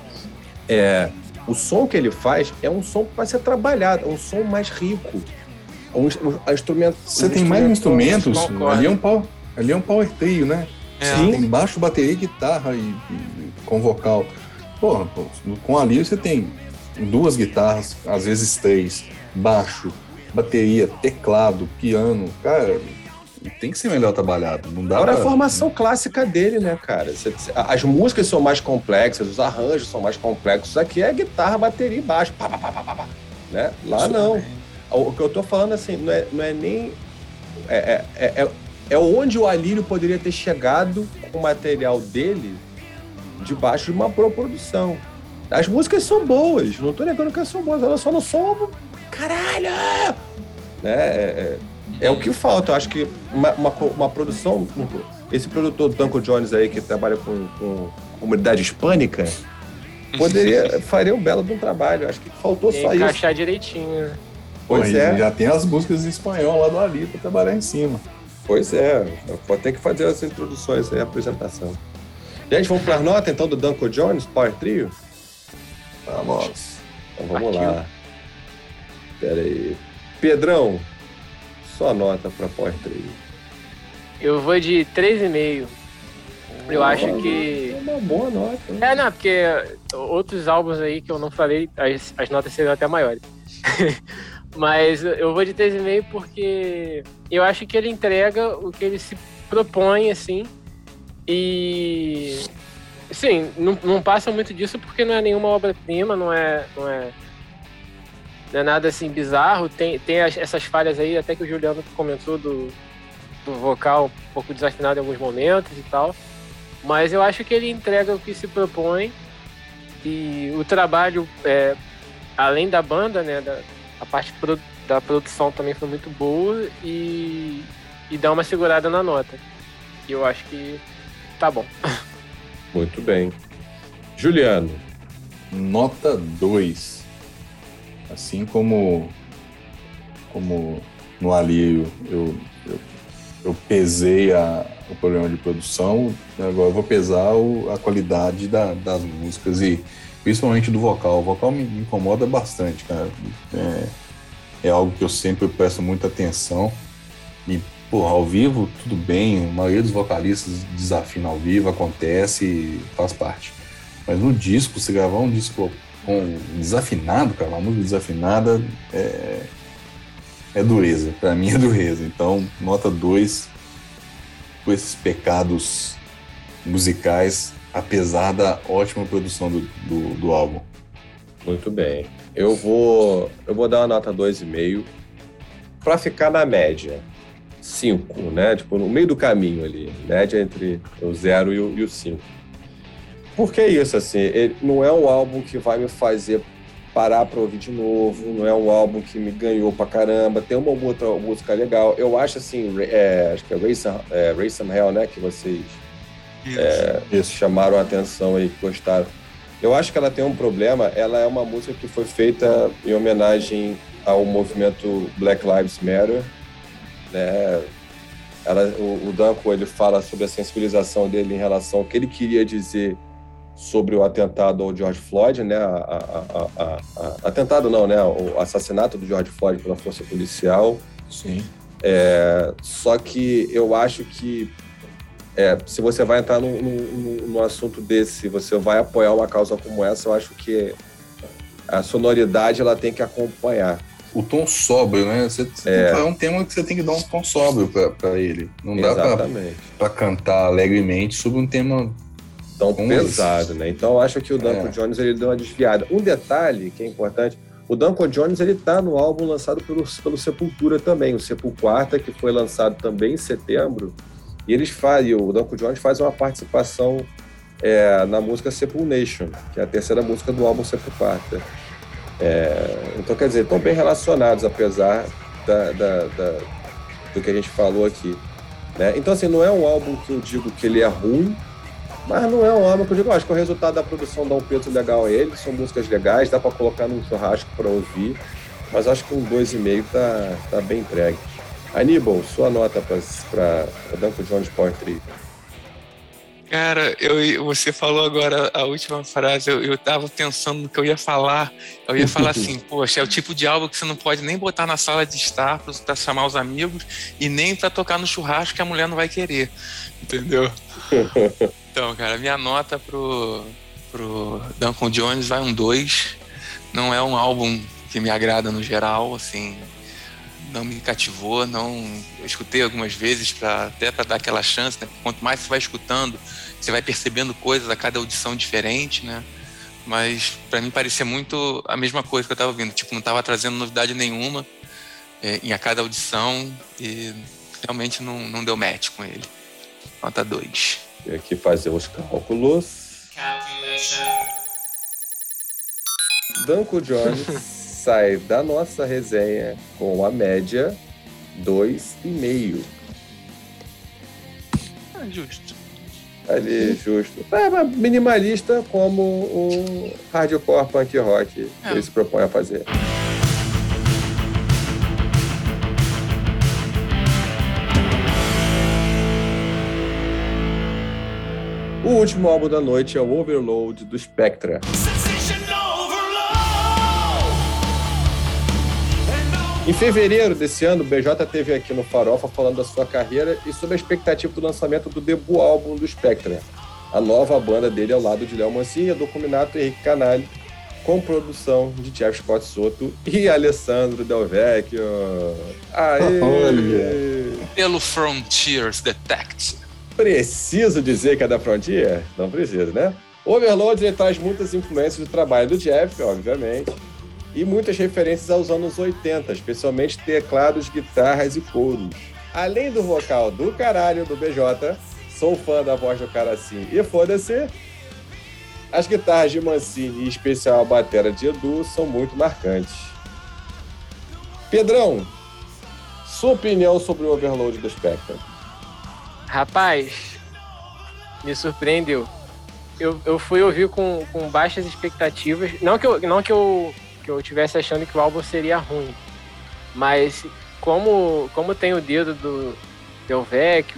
É, o som que ele faz é um som que vai ser trabalhado, é um som mais rico. Um, um, instrumento, Você um tem mais instrumentos, ali é um power, ali é um power trio, né? É. Sim. Tem baixo, bateria, guitarra e, e com vocal. Porra, pô, com o Alírio você tem duas guitarras, às vezes três, baixo, bateria, teclado, piano, cara, tem que ser melhor trabalhado. Não dá Agora pra... a formação clássica dele, né, cara? As músicas são mais complexas, os arranjos são mais complexos. Aqui é guitarra, bateria e baixo, pá, pá, pá, pá, pá, né? Lá não. O que eu tô falando, assim, não é, não é nem... É, é, é, é onde o Alírio poderia ter chegado com o material dele debaixo de uma boa produção. As músicas são boas, não tô negando que elas são boas, elas só não são... Caralho! É, é, é o que falta. Eu acho que uma, uma, uma produção... Esse produtor do Danko Jones aí, que trabalha com, com comunidade hispânica, poderia, faria um belo de um trabalho. Acho que faltou só isso. Encaixar direitinho, né? Pois Pô, é. Já tem as músicas em espanhol lá do Ali pra trabalhar em cima. Pois é, vou ter que fazer as introduções aí, a apresentação. Gente, vamos para as notas então do Danko Jones, Power Trio? Vamos. Então vamos Partiu. lá. Pera aí. Pedrão, sua nota para Power Trio. Eu vou de três vírgula cinco. Eu acho Oh, que... É uma boa nota. É, não, porque outros álbuns aí que eu não falei, as, as notas seriam até maiores. Mas eu vou de três vírgula cinco porque eu acho que ele entrega o que ele se propõe, assim. E... Sim, não, não passa muito disso porque não é nenhuma obra-prima, não é, não é, não é nada assim bizarro. Tem, tem as, essas falhas aí, até que o Juliano comentou do, do vocal um pouco desafinado em alguns momentos e tal. Mas eu acho que ele entrega o que se propõe e o trabalho, é, além da banda, né, da, a parte pro, da produção também foi muito boa e, e dá uma segurada na nota. E eu acho que tá bom. Muito bem. Juliano. Nota dois. Assim como, como no Ali eu, eu, eu pesei a, o problema de produção, agora eu vou pesar o, a qualidade da, das músicas e principalmente do vocal. O vocal me, me incomoda bastante, cara. É, é algo que eu sempre presto muita atenção. E, porra, ao vivo, tudo bem, a maioria dos vocalistas desafina ao vivo, acontece, faz parte. Mas no disco, você gravar um disco com desafinado, cara, uma música desafinada é, é dureza. Pra mim é dureza. Então, nota dois por esses pecados musicais, apesar da ótima produção do, do, do álbum. Muito bem. Eu vou, eu vou dar uma nota dois vírgula cinco para ficar na média. cinco, né? Tipo, no meio do caminho ali. Média entre o zero e o, e o cinco. Por que isso, assim? Ele não é um álbum que vai me fazer parar para ouvir de novo, não é um álbum que me ganhou pra caramba, tem uma outra música legal. Eu acho, assim, é, acho que é Race, é Race and Hell, né? Que vocês é, chamaram a atenção aí, que gostaram. Eu acho que ela tem um problema, ela é uma música que foi feita em homenagem ao movimento Black Lives Matter, né? Ela, o, o Danko, ele fala sobre a sensibilização dele em relação ao que ele queria dizer sobre o atentado ao George Floyd, né? A, a, a, a, a, atentado não, né? O assassinato do George Floyd pela força policial. Sim. É, só que eu acho que é, se você vai entrar num, num, num assunto desse, você vai apoiar uma causa como essa, eu acho que a sonoridade ela tem que acompanhar. O tom sóbrio, né? Você, você É. tem, é um tema que você tem que dar um tom sóbrio pra, pra ele. Não dá pra, Exatamente. pra cantar alegremente sobre um tema Tão com pesado, esse. né? Então eu acho que o Danko É. Jones ele deu uma desviada. Um detalhe que é importante, o Danko Jones ele tá no álbum lançado pelo, pelo Sepultura também, o Sepulquarta, que foi lançado também em setembro, e eles fazem, o Danko Jones faz uma participação é, na música Sepulnation, que é a terceira música do álbum Sepulquarta. É, então, quer dizer, estão bem relacionados, apesar da, da, da, do que a gente falou aqui, né? Então, assim, não é um álbum que eu digo que ele é ruim, mas não é um álbum que eu digo, acho que o resultado da produção dá um peso legal a ele, são músicas legais, dá para colocar num churrasco para ouvir, mas acho que um dois vírgula cinco tá, tá bem entregue. Aníbal, sua nota para Danko Jones Power Trio. Cara, eu, você falou agora a última frase, eu, eu tava pensando no que eu ia falar, eu ia falar assim, poxa, é o tipo de álbum que você não pode nem botar na sala de estar para chamar os amigos e nem para tocar no churrasco que a mulher não vai querer, entendeu? Então, cara, minha nota pro, pro Danko Jones vai um dois, não é um álbum que me agrada no geral, assim, não me cativou, não, eu escutei algumas vezes pra, até para dar aquela chance, né? Quanto mais você vai escutando, você vai percebendo coisas a cada audição diferente, né? Mas para mim parecia muito a mesma coisa que eu estava ouvindo, tipo, não estava trazendo novidade nenhuma é, em a cada audição e realmente não, não deu match com ele. Nota dois. Vou aqui fazer os cálculos. Danko Jones sai da nossa resenha com a média dois vírgula cinco. É justo. Ali, justo. É, mas minimalista como o hardcore punk rock que É. ele se propõe a fazer. O último álbum da noite é o Overload, do Spectra. Em fevereiro desse ano, o B J esteve aqui no Farofa falando da sua carreira e sobre a expectativa do lançamento do debut álbum do Spectra, a nova banda dele ao lado de Léo Mancini, Edu Minato e Henrique Canali, com produção de Jeff Scott Soto e Alessandro Del Vecchio. Aê! Olha. Pelo Frontiers Detect. Preciso dizer que é da Frontier? Não preciso, né? O Overload ele traz muitas influências do trabalho do Jeff, obviamente, e muitas referências aos anos oitenta, especialmente teclados, guitarras e coros. Além do vocal do caralho do B J, sou fã da voz do cara assim e foda-se, as guitarras de Mancini, e em especial a batera de Edu, são muito marcantes. Pedrão, sua opinião sobre o Overload do Spectra? Rapaz, me surpreendeu. Eu, eu fui ouvir com, com baixas expectativas. Não que eu, não que eu, que eu tivesse achando que o álbum seria ruim, mas como, como tem o dedo do Del Vecchio,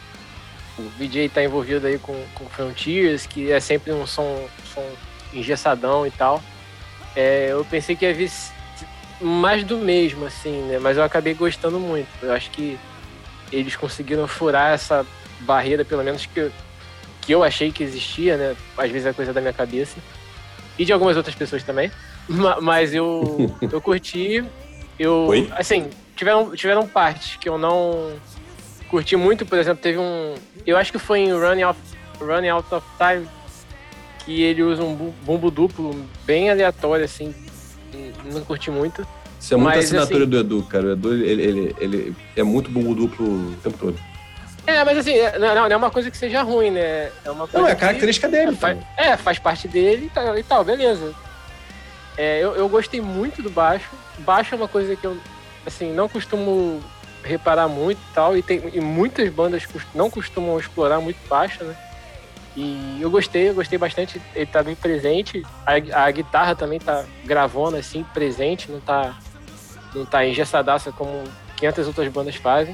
o, o V J tá envolvido aí com, com Frontiers, que é sempre um som, som engessadão e tal, é, eu pensei que ia vir mais do mesmo, assim, né? Mas eu acabei gostando muito. Eu acho que eles conseguiram furar essa barreira, pelo menos que eu, que eu achei que existia, né? Às vezes é coisa da minha cabeça. E de algumas outras pessoas também. Mas eu, eu curti. Eu, Oi? assim, tiveram, tiveram partes que eu não curti muito. Por exemplo, teve um... Eu acho que foi em Running Out, Running Out of Time que ele usa um bumbo duplo bem aleatório, assim. Não curti muito. Isso é muita Mas, assinatura assim, do Edu, cara. O Edu, ele, ele, ele é muito bumbo duplo o tempo todo. É, mas assim, não, não é uma coisa que seja ruim, né? É uma coisa Não, é a que- característica dele. É, faz, é, faz parte dele e tal, e tal, beleza. É, eu, eu gostei muito do baixo. Baixo é uma coisa que eu, assim, não costumo reparar muito e tal, e, tem, e muitas bandas cust- não costumam explorar muito baixo, né? E eu gostei, eu gostei bastante, ele tá bem presente. A, a guitarra também tá gravona, assim, presente, não tá, não tá engessadaça como quinhentas outras bandas fazem.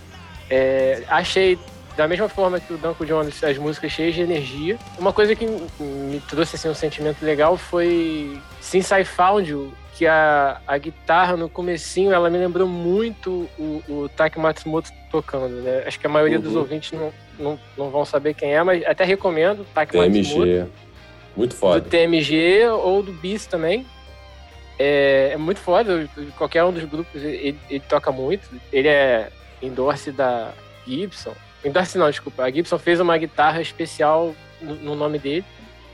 É, achei, da mesma forma que o Danko Jones, as músicas cheias de energia. Uma coisa que me trouxe assim, um sentimento legal foi Since I Found You, que a, a guitarra no comecinho, ela me lembrou muito o, o Taki Matsumoto tocando, né? Acho que a maioria Uhum. dos ouvintes não, não, não vão saber quem é, mas até recomendo Taki Matsumoto. T M G. Muito Do foda. T M G ou do Beast também. É, é muito foda, qualquer um dos grupos ele, ele toca muito. Ele é endorse da Gibson. Endorse não, desculpa. A Gibson fez uma guitarra especial no, no nome dele.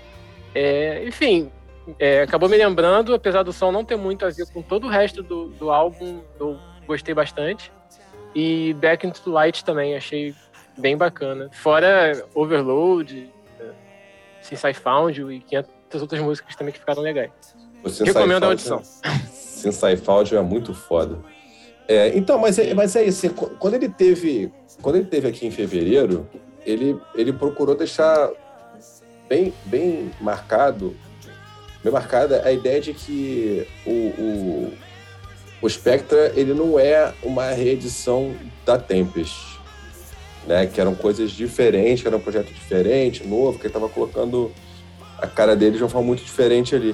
É, enfim, é, acabou me lembrando, apesar do som não ter muito a ver com todo o resto do, do álbum, eu gostei bastante. E Back into the Light também, achei bem bacana. Fora Overload, é, Since I Found You e quinhentas outras músicas também que ficaram legais. O Since Recomendo I a Found- audição. Since I Found You é muito foda. É, então, mas é, mas é isso. Quando ele teve, quando ele teve aqui em fevereiro, ele, ele procurou deixar bem, bem marcado, bem marcada a ideia de que o, o, o Spectra ele não é uma reedição da Tempest, né? Que eram coisas diferentes, que era um projeto diferente, novo, que ele estava colocando a cara dele de uma forma muito diferente ali.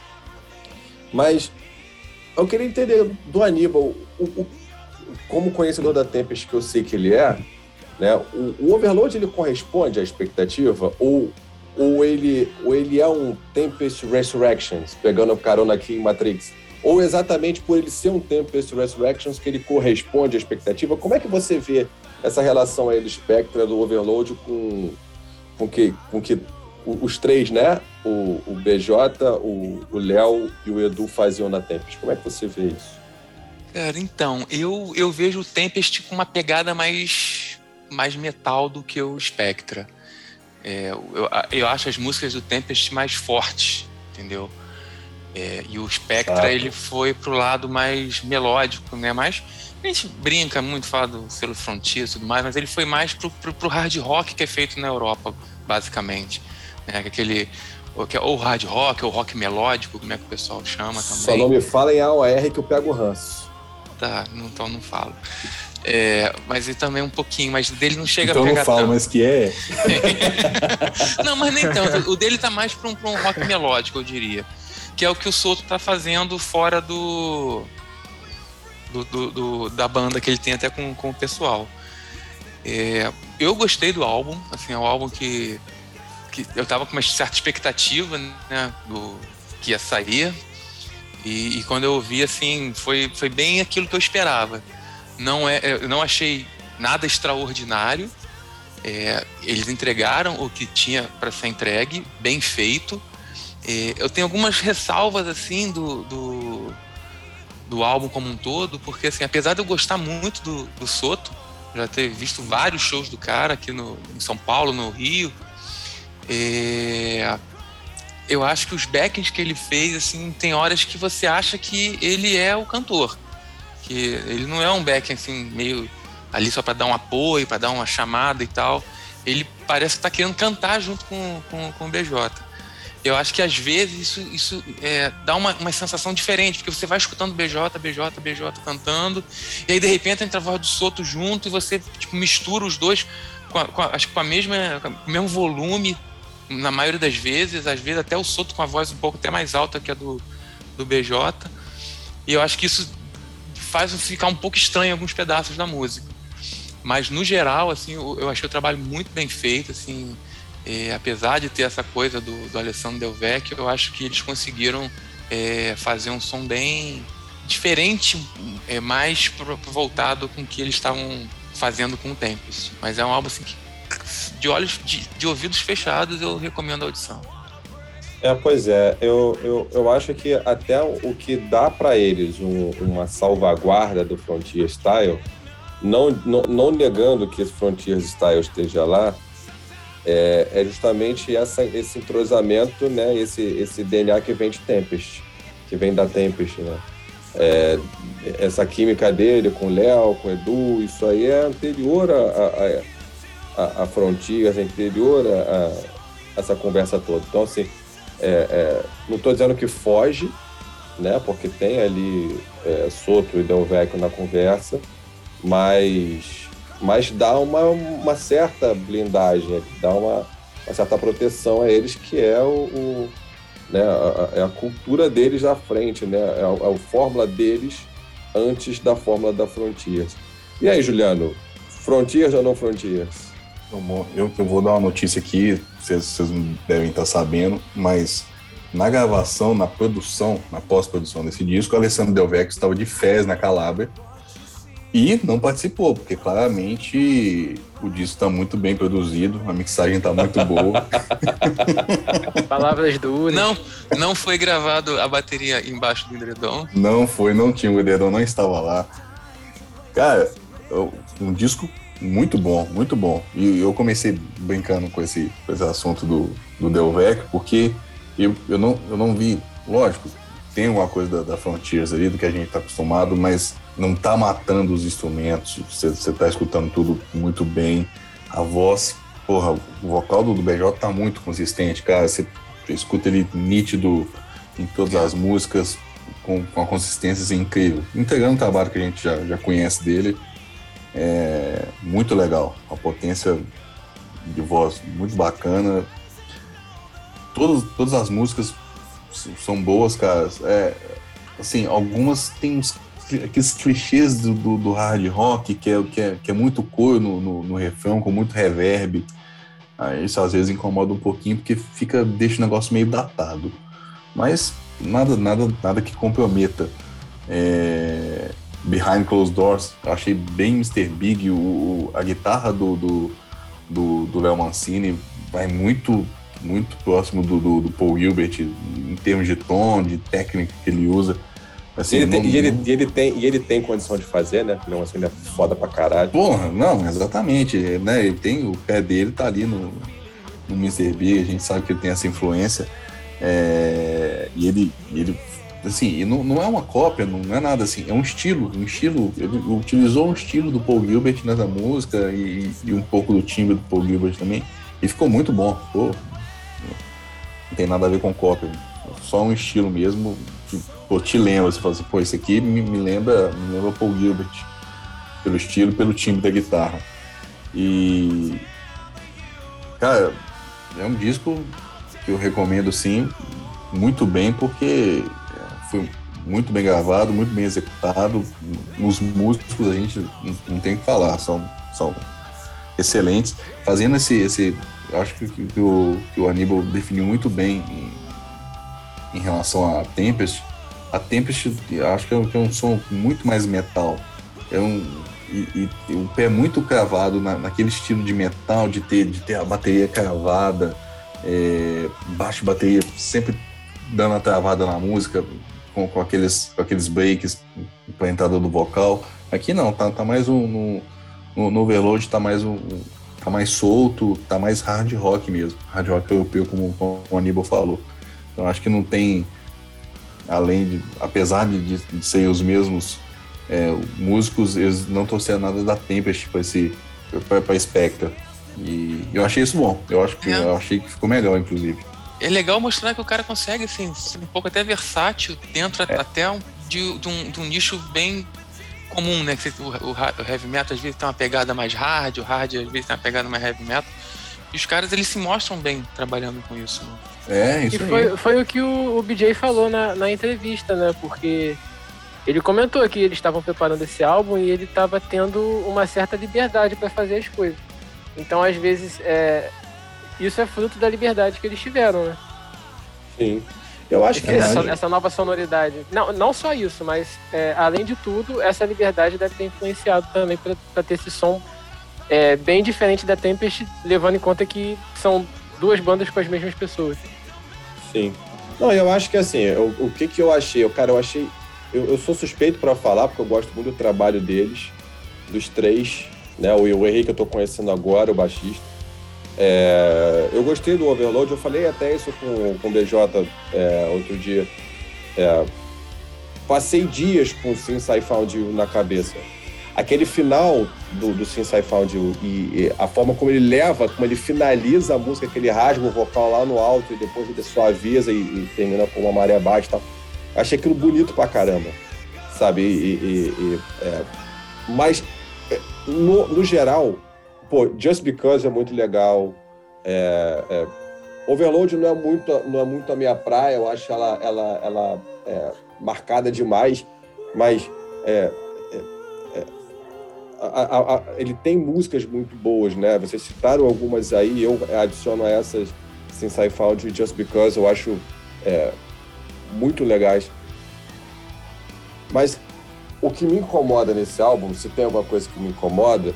Mas eu queria entender do Aníbal, o, o, como conhecedor da Tempest que eu sei que ele é, né? O, o Overload ele corresponde à expectativa ou, ou, ele, ou ele é um Tempest Resurrections, pegando carona aqui em Matrix? Ou exatamente por ele ser um Tempest Resurrections que ele corresponde à expectativa? Como é que você vê essa relação aí do Spectra, do Overload com, com, que, com que os três, né? O, o B J, o Léo e o Edu faziam na Tempest. Como é que você vê isso? Cara, então, eu, eu vejo o Tempest com uma pegada mais, mais metal do que o Spectra. É, eu, eu acho as músicas do Tempest mais fortes, entendeu? É, e o Spectra, Ah. ele foi pro lado mais melódico, né? Mais, a gente brinca muito, fala do selo Frontier e tudo mais, mas ele foi mais pro, pro, pro hard rock que é feito na Europa, basicamente. Né? Aquele, ou hard rock, ou rock melódico, como é que o pessoal chama também. Só não me fala em A O R que eu pego o ranço. Tá, não, então não falo. É, mas ele também um pouquinho, mas o dele não chega então a pegar não fala, tanto. mas que é. Não, mas nem tanto. O dele tá mais pra um, pra um rock melódico, eu diria. Que é o que o Soto tá fazendo fora do, do, do, do da banda que ele tem até com, com o pessoal. É, eu gostei do álbum, assim, é um álbum que, que eu tava com uma certa expectativa, né, do que ia sair. E, e quando eu ouvi, assim, foi, foi bem aquilo que eu esperava. Não é, eu não achei nada extraordinário. É, eles entregaram o que tinha para ser entregue, bem feito. É, eu tenho algumas ressalvas assim do, do, do álbum como um todo, porque assim, apesar de eu gostar muito do, do Soto, já ter visto vários shows do cara aqui no, em São Paulo, no Rio, é, eu acho que os backings que ele fez, assim, tem horas que você acha que ele é o cantor, que ele não é um backing assim meio ali só para dar um apoio, para dar uma chamada e tal. Ele parece que tá querendo cantar junto com, com, com o B J. Eu acho que às vezes isso, isso é, dá uma, uma sensação diferente, porque você vai escutando B J, B J, B J cantando, e aí de repente entra a voz do Soto junto e você tipo, mistura os dois com, a, com, a, acho que com, a mesma, com o mesmo volume, na maioria das vezes, às vezes até o Soto com a voz um pouco até mais alta que a do, do B J. E eu acho que isso faz ficar um pouco estranho em alguns pedaços da música. Mas no geral, assim, eu, eu achei o trabalho muito bem feito, assim. É, apesar de ter essa coisa do, do Alessandro Del Vecchio, eu acho que eles conseguiram é, fazer um som bem diferente, é, mais pro, pro voltado com o que eles estavam fazendo com o Tempest. Mas é um álbum assim, que, de olhos, de, de ouvidos fechados, eu recomendo a audição. É, pois é, eu, eu, eu acho que até o que dá para eles um, uma salvaguarda do Frontier Style, não, não, não negando que esse Frontier Style esteja lá, É, é justamente essa, esse entrosamento, né? esse, esse D N A que vem de Tempest, que vem da Tempest, né? É, essa química dele com o Léo, com o Edu, isso aí é anterior a, a, a, a Frontiers, é anterior a, a essa conversa toda. Então, assim, é, é, não estou dizendo que foge, né? Porque tem ali é, Soto e Del Vecchio na conversa, mas... mas dá uma, uma certa blindagem, dá uma, uma certa proteção a eles, que é, o, o, né, a, é a cultura deles à frente, né, é a, é a fórmula deles antes da fórmula da Frontiers. E aí, Juliano, Frontiers ou não Frontiers? Eu, eu vou dar uma notícia aqui, vocês, vocês não devem estar sabendo, mas na gravação, na produção, na pós-produção desse disco, o Alessandro Del Vecchio estava de férias na Calábria, e não participou, porque claramente o disco está muito bem produzido, a mixagem está muito boa. Palavras duras. Não, não foi gravado a bateria embaixo do edredom. Não foi, não tinha, o edredom não estava lá. Cara, um disco muito bom, muito bom. E eu comecei brincando com esse, com esse assunto do, do Del Vecchio, porque eu, eu, não, eu não vi, lógico, tem alguma coisa da, da Frontiers ali, do que a gente está acostumado, mas não tá matando os instrumentos, você tá escutando tudo muito bem, a voz, porra, o vocal do, do B J tá muito consistente, cara, você escuta ele nítido em todas as músicas, com, com uma consistência assim, incrível, entregando um trabalho que a gente já, já conhece dele, é muito legal, uma potência de voz muito bacana, todas, todas as músicas são boas, cara, é, assim, algumas tem uns aqueles clichês do, do, do hard rock, que é, que é, que é muito cor no, no, no refrão, com muito reverb. Aí isso às vezes incomoda um pouquinho, porque fica, deixa o negócio meio datado. Mas nada, nada, nada que comprometa. É... Behind Closed Doors, eu achei bem mister Big. O, a guitarra do, do, do, do Léo Mancini vai muito, muito próximo do, do, do Paul Gilbert, em termos de tom, de técnica que ele usa. Assim, e, ele tem, não, e, ele, e, ele tem, e ele tem condição de fazer, né? Não, assim, ele é foda pra caralho. Porra, não, exatamente. Né? Ele tem, o pé dele tá ali no, no mister Big, a gente sabe que ele tem essa influência. É, e ele, ele assim, não, não é uma cópia, não é nada assim, é um estilo, um estilo, ele utilizou um estilo do Paul Gilbert nessa música e, e um pouco do timbre do Paul Gilbert também, e ficou muito bom. Pô, não tem nada a ver com cópia, só um estilo mesmo. Pô, te lembra, você fala assim, pô, esse aqui me, me lembra me lembra Paul Gilbert. pelo estilo, pelo timbre da guitarra. E, cara, é um disco que eu recomendo, sim, muito bem, porque foi muito bem gravado, muito bem executado. Os músicos, a gente não tem o que falar, são, são excelentes. Fazendo esse, esse eu acho que, que, o, que o Aníbal definiu muito bem em, em relação a Tempest. A Tempest, eu acho que é, um, que é um som muito mais metal. É um, e, e o pé muito cravado na, naquele estilo de metal, de ter, de ter a bateria cravada, é, baixo bateria sempre dando a travada na música, com, com, aqueles, com aqueles breaks para a entrada do vocal. Aqui não, tá, tá mais um, no, no, no Overload tá mais um, tá mais solto, tá mais hard rock mesmo, hard rock europeu, como, como o Aníbal falou. Então acho que não tem, além de, apesar de, de ser os mesmos é, músicos, eles não trouxeram nada da Tempest para esse para Spectre, e eu achei isso bom. Eu acho que é. eu achei que ficou melhor, inclusive. É legal mostrar que o cara consegue, assim, ser um pouco até versátil dentro é. até um, de, de, um, de um nicho bem comum, né? Que o, o, o heavy metal às vezes tem uma pegada mais hard, o hard às vezes tem uma pegada mais heavy metal. E os caras, eles se mostram bem trabalhando com isso, né? É, isso e aí. foi, foi o que o, o B J falou na, na entrevista, né? Porque ele comentou que eles estavam preparando esse álbum e ele estava tendo uma certa liberdade para fazer as coisas. Então, às vezes, é, isso é fruto da liberdade que eles tiveram, né? Sim. Eu acho que essa, essa nova sonoridade. Não, não só isso, mas é, além de tudo, essa liberdade deve ter influenciado também para ter esse som é, bem diferente da Tempest, levando em conta que são duas bandas com as mesmas pessoas. Sim. Não, eu acho que assim, eu, o que que eu achei? Eu, cara, eu achei... Eu, eu sou suspeito para falar, porque eu gosto muito do trabalho deles, dos três, né? O, o Henrique que eu tô conhecendo agora, o baixista. É, eu gostei do Overload, eu falei até isso com, com o B J é, outro dia. É, passei dias com o Since I Found You na cabeça. Aquele final do, do Since I Found You e, e a forma como ele leva, como ele finaliza a música, que ele rasga o vocal lá no alto e depois ele suaviza e, e termina com uma maré baixa e tal. Achei aquilo bonito pra caramba, sabe? E, e, e, é, mas, no, no geral, pô, Just Because é muito legal. É, é, Overload não é, muito, não é muito a minha praia, eu acho ela, ela, ela é, marcada demais, mas é, é, é, a, a, a, ele tem músicas muito boas, né? Vocês citaram algumas aí, eu adiciono a essas Since I Found You, Just Because, eu acho é, muito legais. Mas o que me incomoda nesse álbum, se tem alguma coisa que me incomoda,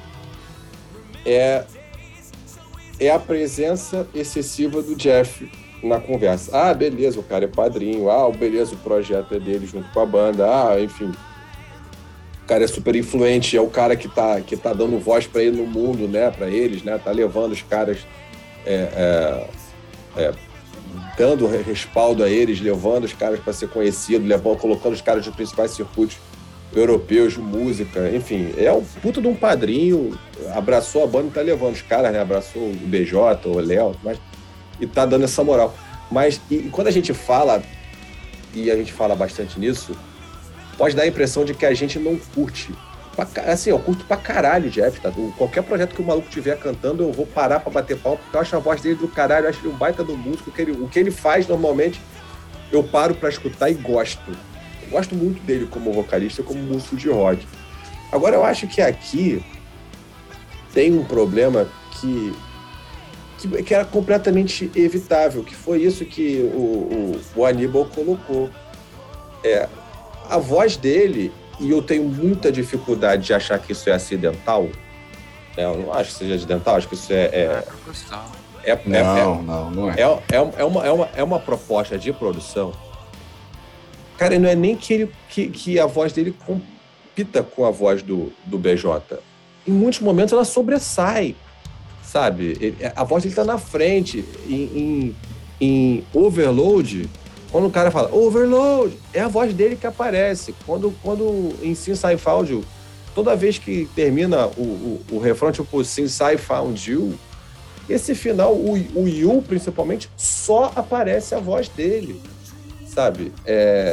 é, é a presença excessiva do Jeff na conversa. Ah, beleza, o cara é padrinho. Ah, beleza, o projeto é dele junto com a banda. Ah, enfim, o cara é super influente, é o cara que tá, que tá dando voz para ele no mundo, né, para eles, né, tá levando os caras, é, é, é, dando respaldo a eles, levando os caras para ser conhecido, levando, colocando os caras nos principais circuitos europeus de música, enfim, é um puta de um padrinho, abraçou a banda e tá levando os caras, né, abraçou o B J, o Léo, mas, e tá dando essa moral. Mas e, e quando a gente fala, e a gente fala bastante nisso, pode dar a impressão de que a gente não curte. Assim, eu curto pra caralho o Jeff, tá? Qualquer projeto que o maluco estiver cantando, eu vou parar pra bater palma, porque eu acho a voz dele do caralho, eu acho ele um baita do músico, que ele, o que ele faz normalmente, eu paro pra escutar e gosto. Eu gosto muito dele como vocalista, como músico de rock. Agora, eu acho que aqui tem um problema que, que, que era completamente evitável, que foi isso que o, o, o Aníbal colocou. É, a voz dele, e eu tenho muita dificuldade de achar que isso é acidental. É, eu não acho que seja acidental, acho que isso é... é, é, é não, é, não, não é. É, é, é, uma, é, uma, é uma proposta de produção. Cara, não é nem que, ele, que, que a voz dele compita com a voz do, do B J. Em muitos momentos ela sobressai, sabe? Ele, a voz dele tá na frente. Em, em, em Overload... Quando o cara fala Overload, é a voz dele que aparece. Quando, quando em Since I Found You, toda vez que termina o, o, o refrão, tipo Since I Found You, esse final, o, o You, principalmente, só aparece a voz dele, sabe? É,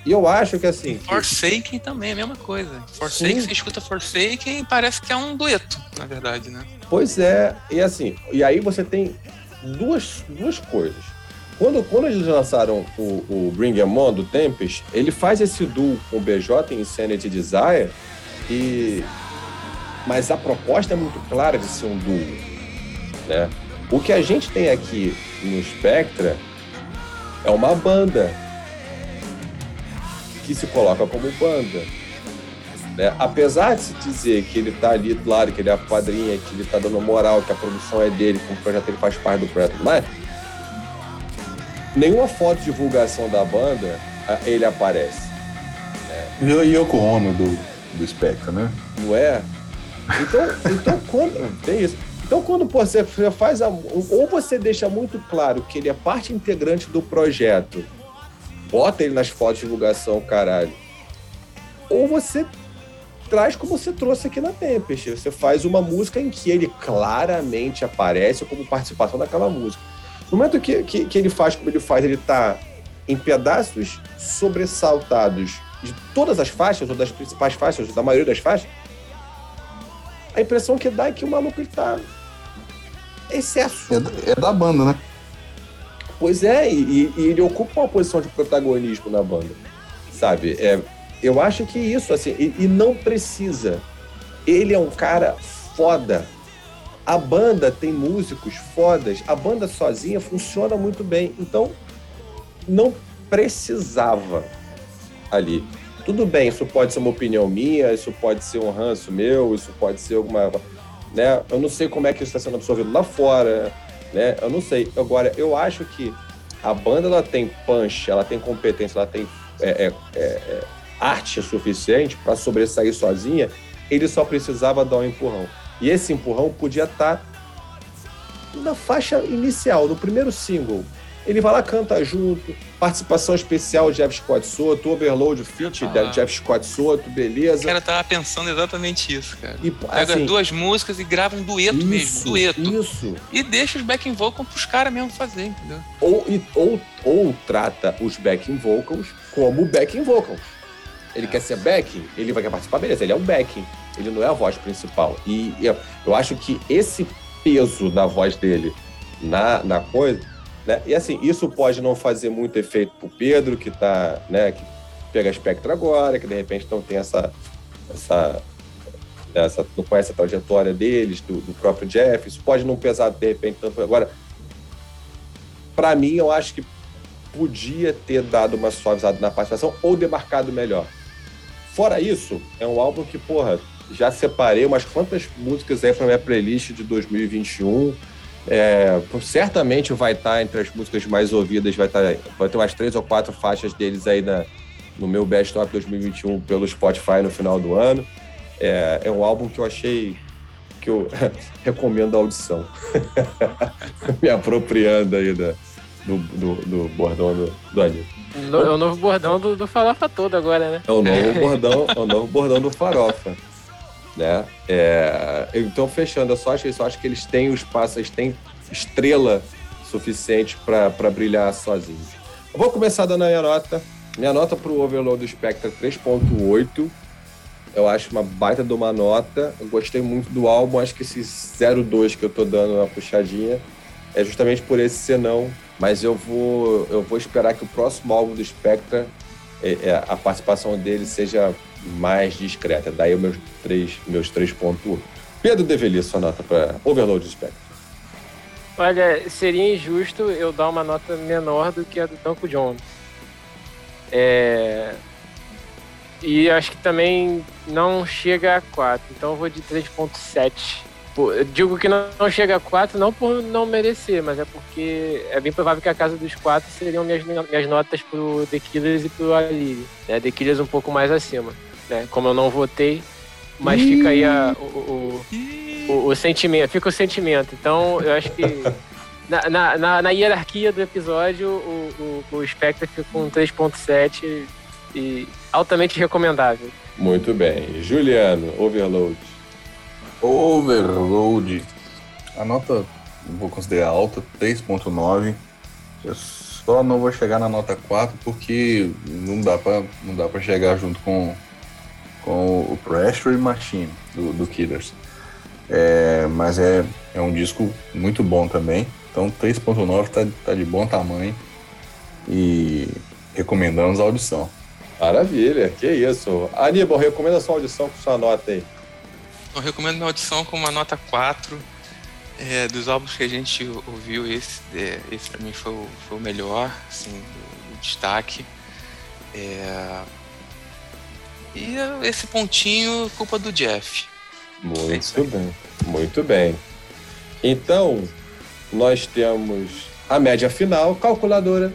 E eu acho que assim... Que... Forsaken também é a mesma coisa. Forsaken, você escuta Forsaken e parece que é um dueto, na verdade, né? Pois é, e assim, e aí você tem duas, duas coisas. Quando, quando eles lançaram o, o Bring Em On, do Tempest, ele faz esse duo com o B J em Insanity Desire, e... mas a proposta é muito clara de ser um duo, né? O que a gente tem aqui no Spectra é uma banda que se coloca como banda, né? Apesar de se dizer que ele tá ali, claro, que ele é a padrinha, que ele tá dando moral, que a produção é dele, que o projeto ele faz parte do projeto, mas nenhuma foto de divulgação da banda ele aparece. Né? E Yoko Ono do, do Spectra, né? Não é? Então, então quando... Tem isso. Então, quando você faz... A, ou você deixa muito claro que ele é parte integrante do projeto, bota ele nas fotos de divulgação, caralho. Ou você traz como você trouxe aqui na Tempest. Você faz uma música em que ele claramente aparece como participação daquela música. No momento que, que, que ele faz como ele faz, ele tá em pedaços sobressaltados de todas as faixas, ou das principais faixas, ou da maioria das faixas, a impressão que dá é que o maluco ele tá excesso. É, é da banda, né? Pois é, e, e ele ocupa uma posição de protagonismo na banda, sabe? É, eu acho que isso, assim, e, e não precisa. Ele é um cara foda. A banda tem músicos fodas. A banda sozinha funciona muito bem. Então, não precisava ali. Tudo bem, isso pode ser uma opinião minha, isso pode ser um ranço meu, isso pode ser alguma... Né? Eu não sei como é que isso está sendo absorvido lá fora, né? Eu não sei. Agora, eu acho que a banda ela tem punch, ela tem competência, ela tem é, é, é, arte suficiente para sobressair sozinha. Ele só precisava dar um empurrão. E esse empurrão podia estar na faixa inicial, no primeiro single. Ele vai lá, canta junto, participação especial de Jeff Scott Soto, Overload feat ah. de Jeff Scott Soto, beleza. O cara tava pensando exatamente isso, cara. E, Pega assim, duas músicas e grava um dueto isso, mesmo, dueto. Isso. E deixa os backing vocals pros caras mesmo fazer, entendeu? Ou, e, ou, ou trata os backing vocals como backing vocals. Ele é. quer ser backing, ele vai querer participar, beleza, ele é um backing, ele não é a voz principal. E eu, eu acho que esse peso da voz dele na, na coisa... Né? E assim, isso pode não fazer muito efeito pro Pedro, que tá, né, que pega Spectra agora, que de repente não tem essa, essa, essa não conhece a trajetória deles, do, do próprio Jeff, isso pode não pesar de repente tanto. Agora, para mim, eu acho que podia ter dado uma suavizada na participação ou demarcado melhor. Fora isso, é um álbum que, porra, já separei umas quantas músicas aí pra minha playlist de dois mil e vinte e um. É, certamente vai estar entre as músicas mais ouvidas, vai, estar, vai ter umas três ou quatro faixas deles aí na, no meu Best of dois mil e vinte e um pelo Spotify no final do ano. É, é um álbum que eu achei que eu recomendo a audição. Me apropriando aí da, do, do, do bordão do, do Anitta. É o novo bordão do, do Farofa todo agora, né? É o novo bordão, é o novo bordão do Farofa. Né? É, então, fechando, eu só acho, eu só acho que eles têm o espaço, eles têm estrela suficiente para brilhar sozinhos. Eu vou começar dando a minha nota. Minha nota para o Overload do Spectra três ponto oito. Eu acho uma baita de uma nota. Eu gostei muito do álbum. Acho que esse zero vírgula dois que eu tô dando uma puxadinha é justamente por esse senão. Mas eu vou, eu vou esperar que o próximo álbum do Spectra, é, é, a participação dele seja mais discreta. Daí os meus três, meus três ponto oito. Pedro Develi, sua nota para Overload do Spectra. Olha, seria injusto eu dar uma nota menor do que a do Danko Jones. É... E acho que também não chega a quatro, então eu vou de três ponto sete. Eu digo que não, não chega a quatro não por não merecer, mas é porque é bem provável que a casa dos quatro seriam minhas, minhas notas pro The Killers e pro Alive. Né? The Killers um pouco mais acima. Né? Como eu não votei, mas Ih. fica aí a, o, o, o, o sentimento, fica o sentimento. Então eu acho que na, na, na, na hierarquia do episódio o, o, o Spectre fica com três ponto sete e altamente recomendável. Muito bem. Juliano, Overload. Overload. A nota, vou considerar alta, três ponto nove. Só não vou chegar na nota quatro porque não dá pra, não dá pra chegar junto com, com o Pressure Machine do, do Killers. É, mas é, é um disco muito bom também. Então três ponto nove tá, tá de bom tamanho e recomendamos a audição. Maravilha, que isso. Aníbal, recomenda a sua audição com sua nota aí. Eu recomendo minha audição com uma nota quatro. É, dos álbuns que a gente ouviu, esse, é, esse pra mim foi o, foi o melhor, assim, o, o destaque. É, e esse pontinho, culpa do Jeff. Muito é bem, muito bem. Então, nós temos a média final, calculadora.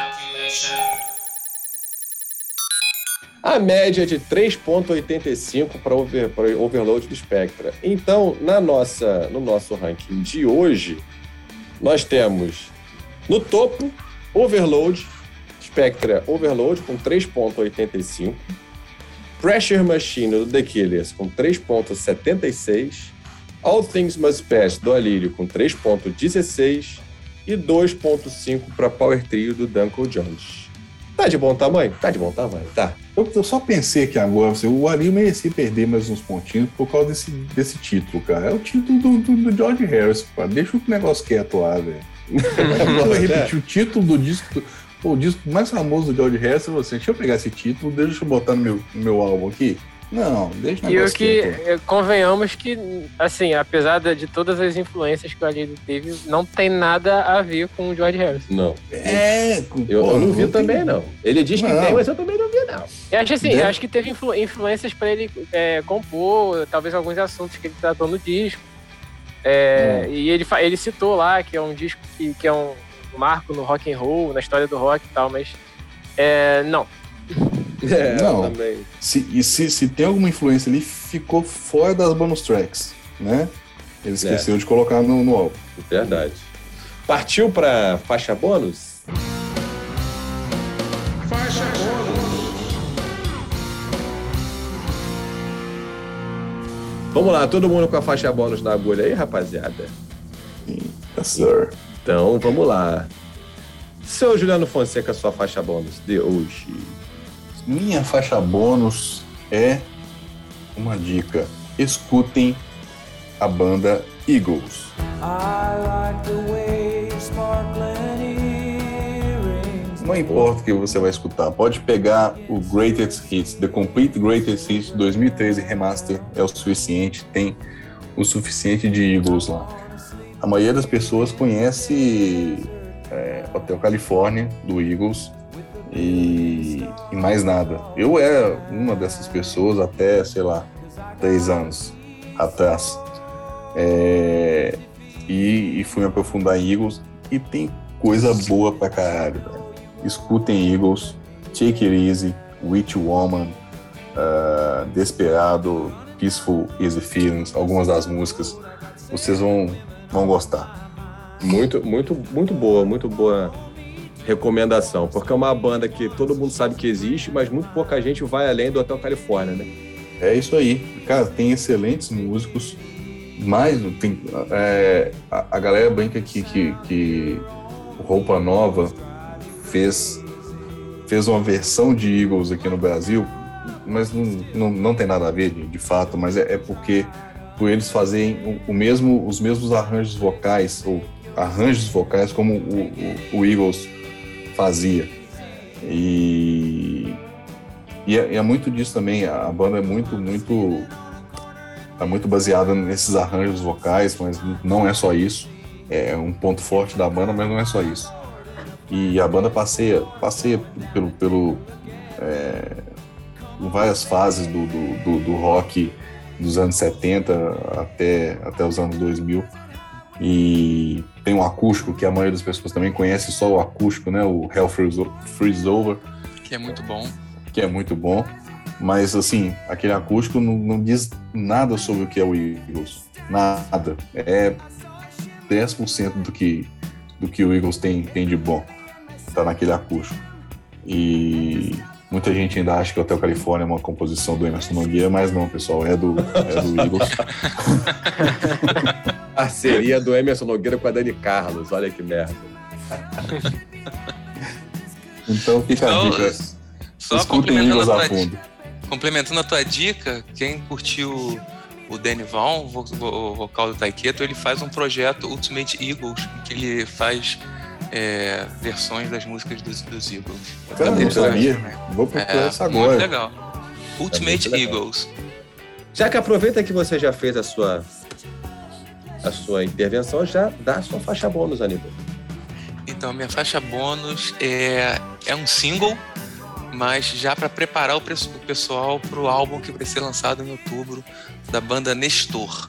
A média é de três vírgula oitenta e cinco para over, o Overload do Spectra. Então, na nossa, no nosso ranking de hoje, nós temos no topo Overload, Spectra Overload com três vírgula oitenta e cinco, Pressure Machine do The Killers com três vírgula setenta e seis, All Things Must Pass do Alírio com três vírgula dezesseis e dois vírgula cinco para Power Trio do Danko Jones. Tá de bom tamanho? Tá de bom tamanho, tá. Eu, eu só pensei aqui agora, assim, o Ari merecia perder mais uns pontinhos por causa desse, desse título, cara. É o título do, do, do George Harrison, cara. Deixa o negócio quieto lá, velho. Eu vou repetir o título do disco, pô, o disco mais famoso do George Harrison. Você, deixa eu pegar esse título, deixa eu botar no meu, no meu álbum aqui. Não, deixa o E o negócio que, quieto. convenhamos que, assim, apesar de todas as influências que o Alírio teve, não tem nada a ver com o George Harrison. Não. É, Eu, pô, eu não vi tem- também, não. Ele diz que Não. tem, mas eu também não vi, não. Eu acho assim, Né? eu acho que teve influ- influências para ele é, compor, talvez alguns assuntos que ele tratou no disco. É, E ele, fa- ele citou lá que é um disco que, que é um marco no rock and roll, na história do rock e tal, mas é, não. É, Não. eu também. Se, e se, se tem alguma influência ali, ficou fora das bonus tracks, né? Ele esqueceu de colocar no, no álbum. Verdade. Partiu pra faixa bônus? Vamos lá, todo mundo com a faixa bônus na agulha aí, rapaziada? Yes, sir. Então, vamos lá. Seu Juliano Fonseca, sua faixa bônus de hoje. Minha faixa bônus é uma dica. Escutem a banda Eagles. Não importa o que você vai escutar, pode pegar o Greatest Hits, The Complete Greatest Hits dois mil e treze Remaster, é o suficiente, tem o suficiente de Eagles lá. A maioria das pessoas conhece é, Hotel California, do Eagles, e, e mais nada. Eu era uma dessas pessoas até, sei lá, três anos atrás. É, e, e fui me aprofundar em Eagles, e tem coisa boa pra caralho, velho. Escutem Eagles, Take It Easy, Witch Woman, uh, Desperado, Peaceful Easy Feelings, algumas das músicas, vocês vão, vão gostar. Muito, muito, muito boa, muito boa recomendação, porque é uma banda que todo mundo sabe que existe, mas muito pouca gente vai além do Hotel Califórnia, né? É isso aí, cara, tem excelentes músicos, mas tem, é, a, a galera brinca aqui que, que Roupa Nova fez, fez uma versão de Eagles aqui no Brasil, mas não, não, não tem nada a ver de, de fato, mas é, é porque por eles fazerem o, o mesmo, os mesmos arranjos vocais, ou arranjos vocais como o, o, o Eagles fazia. E, e, é, e é muito disso também, a banda é muito, muito, é muito baseada nesses arranjos vocais, mas não é só isso. É um ponto forte da banda, mas não é só isso. E a banda passeia, passeia pelo, pelo é, várias fases do, do, do, do rock dos anos setenta até, até os anos dois mil. E tem um acústico que a maioria das pessoas também conhece, só o acústico, né? O Hell Freeze, Freeze Over. Que é muito bom. Que é muito bom. Mas, assim, aquele acústico não, não diz nada sobre o que é o Eagles. Nada. É dez por cento do que, do que o Eagles tem, tem de bom. Tá naquele acústico. E muita gente ainda acha que o Hotel California é uma composição do Emerson Nogueira, mas não, pessoal, é do, é do Eagles. Parceria do Emerson Nogueira com a Dani Carlos, olha que merda. Então fica Então, a dica. Só Escutem complementando Eagles a, a tua, fundo. complementando a tua dica, quem curtiu o Danny Vaughn, o vocal do Taiketo, ele faz um projeto Ultimate Eagles, em que ele faz é, versões das músicas dos, dos Eagles. Eu não sabia. Também. Vou procurar É, isso agora. muito legal. Ultimate É muito legal. Eagles. Já que aproveita que você já fez a sua, a sua intervenção, já dá a sua faixa bônus, Aníbal. Então, minha faixa bônus é, é um single, mas já para preparar o, o pessoal para o álbum que vai ser lançado em outubro, da banda Nestor.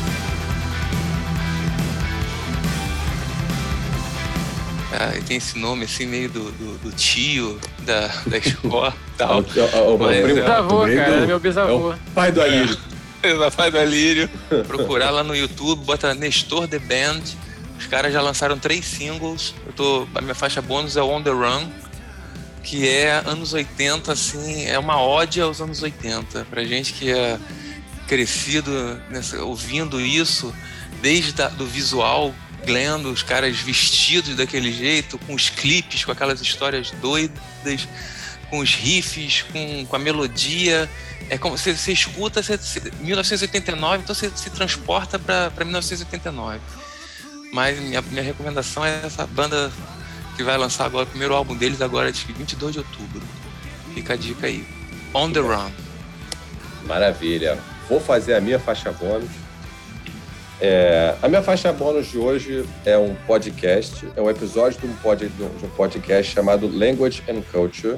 Ah, e tem esse nome assim meio do, do, do tio da, da escola e tal. O, o, o, Mas, o primo- é, Bisavô, o primo- cara, é meu é bisavô. o pai do Alírio. Pai do Alírio. Procurar lá no YouTube, bota Nestor The Band. Os caras já lançaram três singles. Eu tô, a minha faixa bônus é On The Run, que é anos oitenta, assim, é uma ode aos anos oitenta. Pra gente que é crescido nessa, ouvindo isso, desde da, do visual, Glenn, os caras vestidos daquele jeito, com os clipes, com aquelas histórias doidas, com os riffs, com, com a melodia. É como você, você escuta você, você, mil novecentos e oitenta e nove, então você se transporta para mil novecentos e oitenta e nove. Mas minha, minha recomendação é essa banda que vai lançar agora o primeiro álbum deles agora, acho que vinte e dois de outubro. Fica a dica aí. On The Run. Maravilha. Vou fazer a minha faixa bônus. É, a minha faixa bônus de hoje é um podcast, é um episódio de um, pod, de um podcast chamado Language and Culture.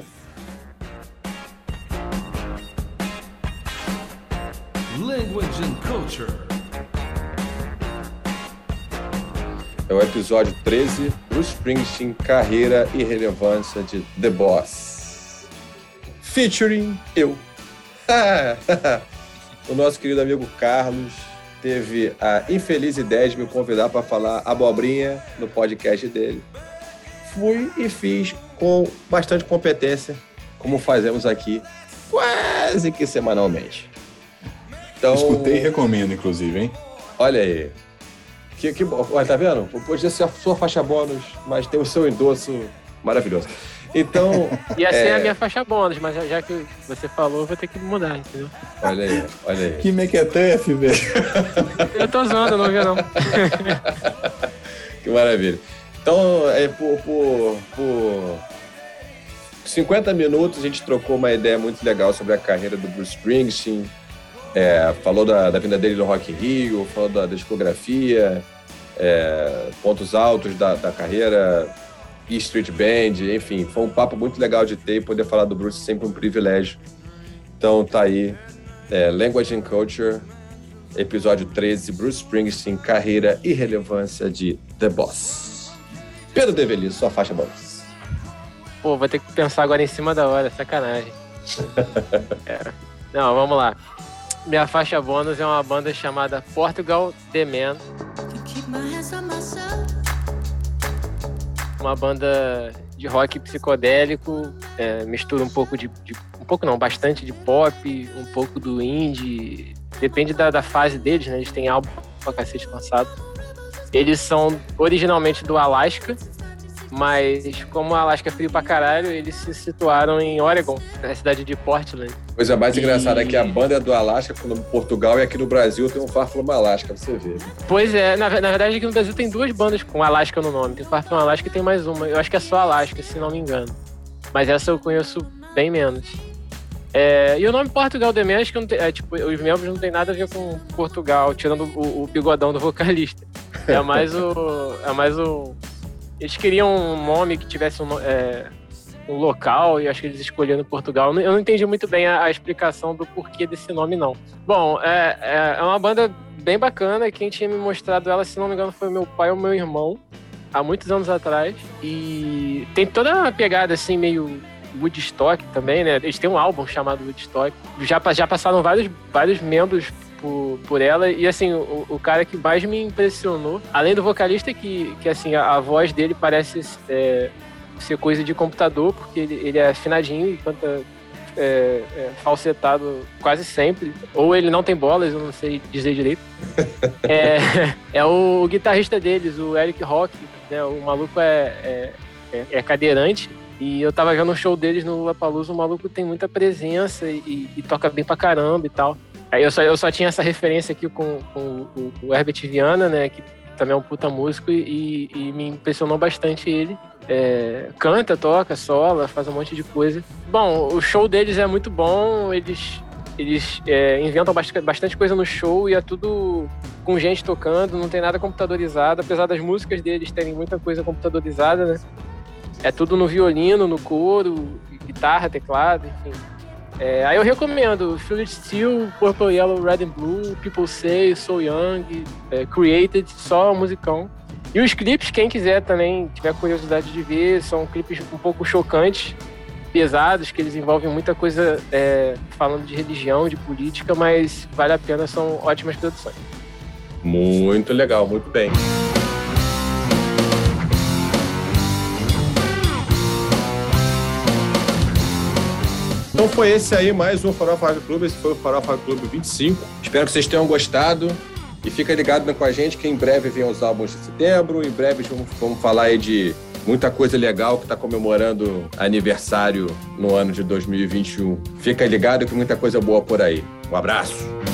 Language and Culture. É o episódio treze, Bruce Springsteen, Carreira e Relevância de The Boss. Featuring eu. O nosso querido amigo Carlos teve a infeliz ideia de me convidar para falar abobrinha no podcast dele. Fui e fiz com bastante competência, como fazemos aqui quase que semanalmente. Então, Escutei e recomendo, inclusive, hein? olha aí. Que, que bom. Olha, tá vendo? Podia ser a sua faixa bônus, mas tem o seu endosso maravilhoso. Então. Ia ser é, a minha faixa bônus, mas já, já que você falou, eu vou ter que mudar, entendeu? Olha aí, olha aí. Que mequetefe, velho. Eu tô zoando, não vi não. Que maravilha. Então, é, por, por, por cinquenta minutos, a gente trocou uma ideia muito legal sobre a carreira do Bruce Springsteen. É, falou da, da vinda dele no Rock in Rio, falou da, da discografia, é, pontos altos da, da carreira, E Street Band, enfim, foi um papo muito legal de ter e poder falar do Bruce, sempre um privilégio. Então tá aí, é, Language and Culture, episódio treze, Bruce Springsteen, Carreira e Relevância de The Boss. Pedro Develi, sua faixa bônus. Pô, vou ter que pensar agora em cima da hora, sacanagem. É. Não, vamos lá. Minha faixa bônus é uma banda chamada Portugal The Man. Uma banda de rock psicodélico, é, mistura um pouco de, de... Um pouco não, bastante de pop, um pouco do indie. Depende da, da fase deles, né? Eles têm álbum pra cacete lançado. Eles são originalmente do Alasca, mas como o Alasca é frio pra caralho, eles se situaram em Oregon, na cidade de Portland. Coisa mais E- engraçada é que a banda é do Alasca, quando Portugal, e aqui no Brasil tem um Far From Alaska, pra você ver. Pois é, na, na verdade aqui no Brasil tem duas bandas com Alasca no nome. Tem Far From Alaska e tem mais uma. Eu acho que é só Alasca, se não me engano. Mas essa eu conheço bem menos. É, e o nome Portugal The Man, acho que não tem, é, tipo, os membros não tem nada a ver com Portugal, tirando o, o bigodão do vocalista. É mais o... É mais o... Eles queriam um nome que tivesse um, é, um local, e acho que eles escolheram Portugal. Eu não entendi muito bem a, a explicação do porquê desse nome, não. Bom, é, é, é uma banda bem bacana. Quem tinha me mostrado ela, se não me engano, foi meu pai ou meu irmão, há muitos anos atrás. E tem toda uma pegada assim, meio Woodstock também, né? Eles têm um álbum chamado Woodstock. Já, já passaram vários, vários membros por, por ela. E assim, o, o cara que mais me impressionou, além do vocalista, que, que assim, a, a voz dele parece é, ser coisa de computador, porque ele, ele é afinadinho e canta é, é, falsetado quase sempre. Ou ele não tem bolas, eu não sei dizer direito. é, é o guitarrista deles, o Eric Rock, né? O maluco é, é, é cadeirante. E eu tava vendo um show deles no Lollapalooza, o maluco tem muita presença e, e toca bem pra caramba e tal. Aí eu só, eu só tinha essa referência aqui com, com o, o Herbert Viana, né, que também é um puta músico e, e me impressionou bastante ele. É, canta, toca, sola, faz um monte de coisa. Bom, o show deles é muito bom, eles, eles é, inventam bastante, bastante coisa no show e é tudo com gente tocando, não tem nada computadorizado, apesar das músicas deles terem muita coisa computadorizada, né? É tudo no violino, no coro, guitarra, teclado, enfim. É, aí eu recomendo Feel It Still, Purple, Yellow, Red and Blue, People Say, So Young, é, Created, só musicão. E os clipes, quem quiser também, tiver curiosidade de ver, são clipes um pouco chocantes, pesados, que eles envolvem muita coisa é, falando de religião, de política, mas vale a pena, são ótimas produções. Muito legal, muito bem. Então foi esse aí, mais um Farofa Rock Club. Esse foi o Farofa Rock Club vinte e cinco. Espero que vocês tenham gostado. E fica ligado com a gente que em breve vem os álbuns de setembro. Em breve vamos, vamos falar aí de muita coisa legal que está comemorando aniversário no ano de dois mil e vinte e um. Fica ligado que muita coisa boa por aí. Um abraço.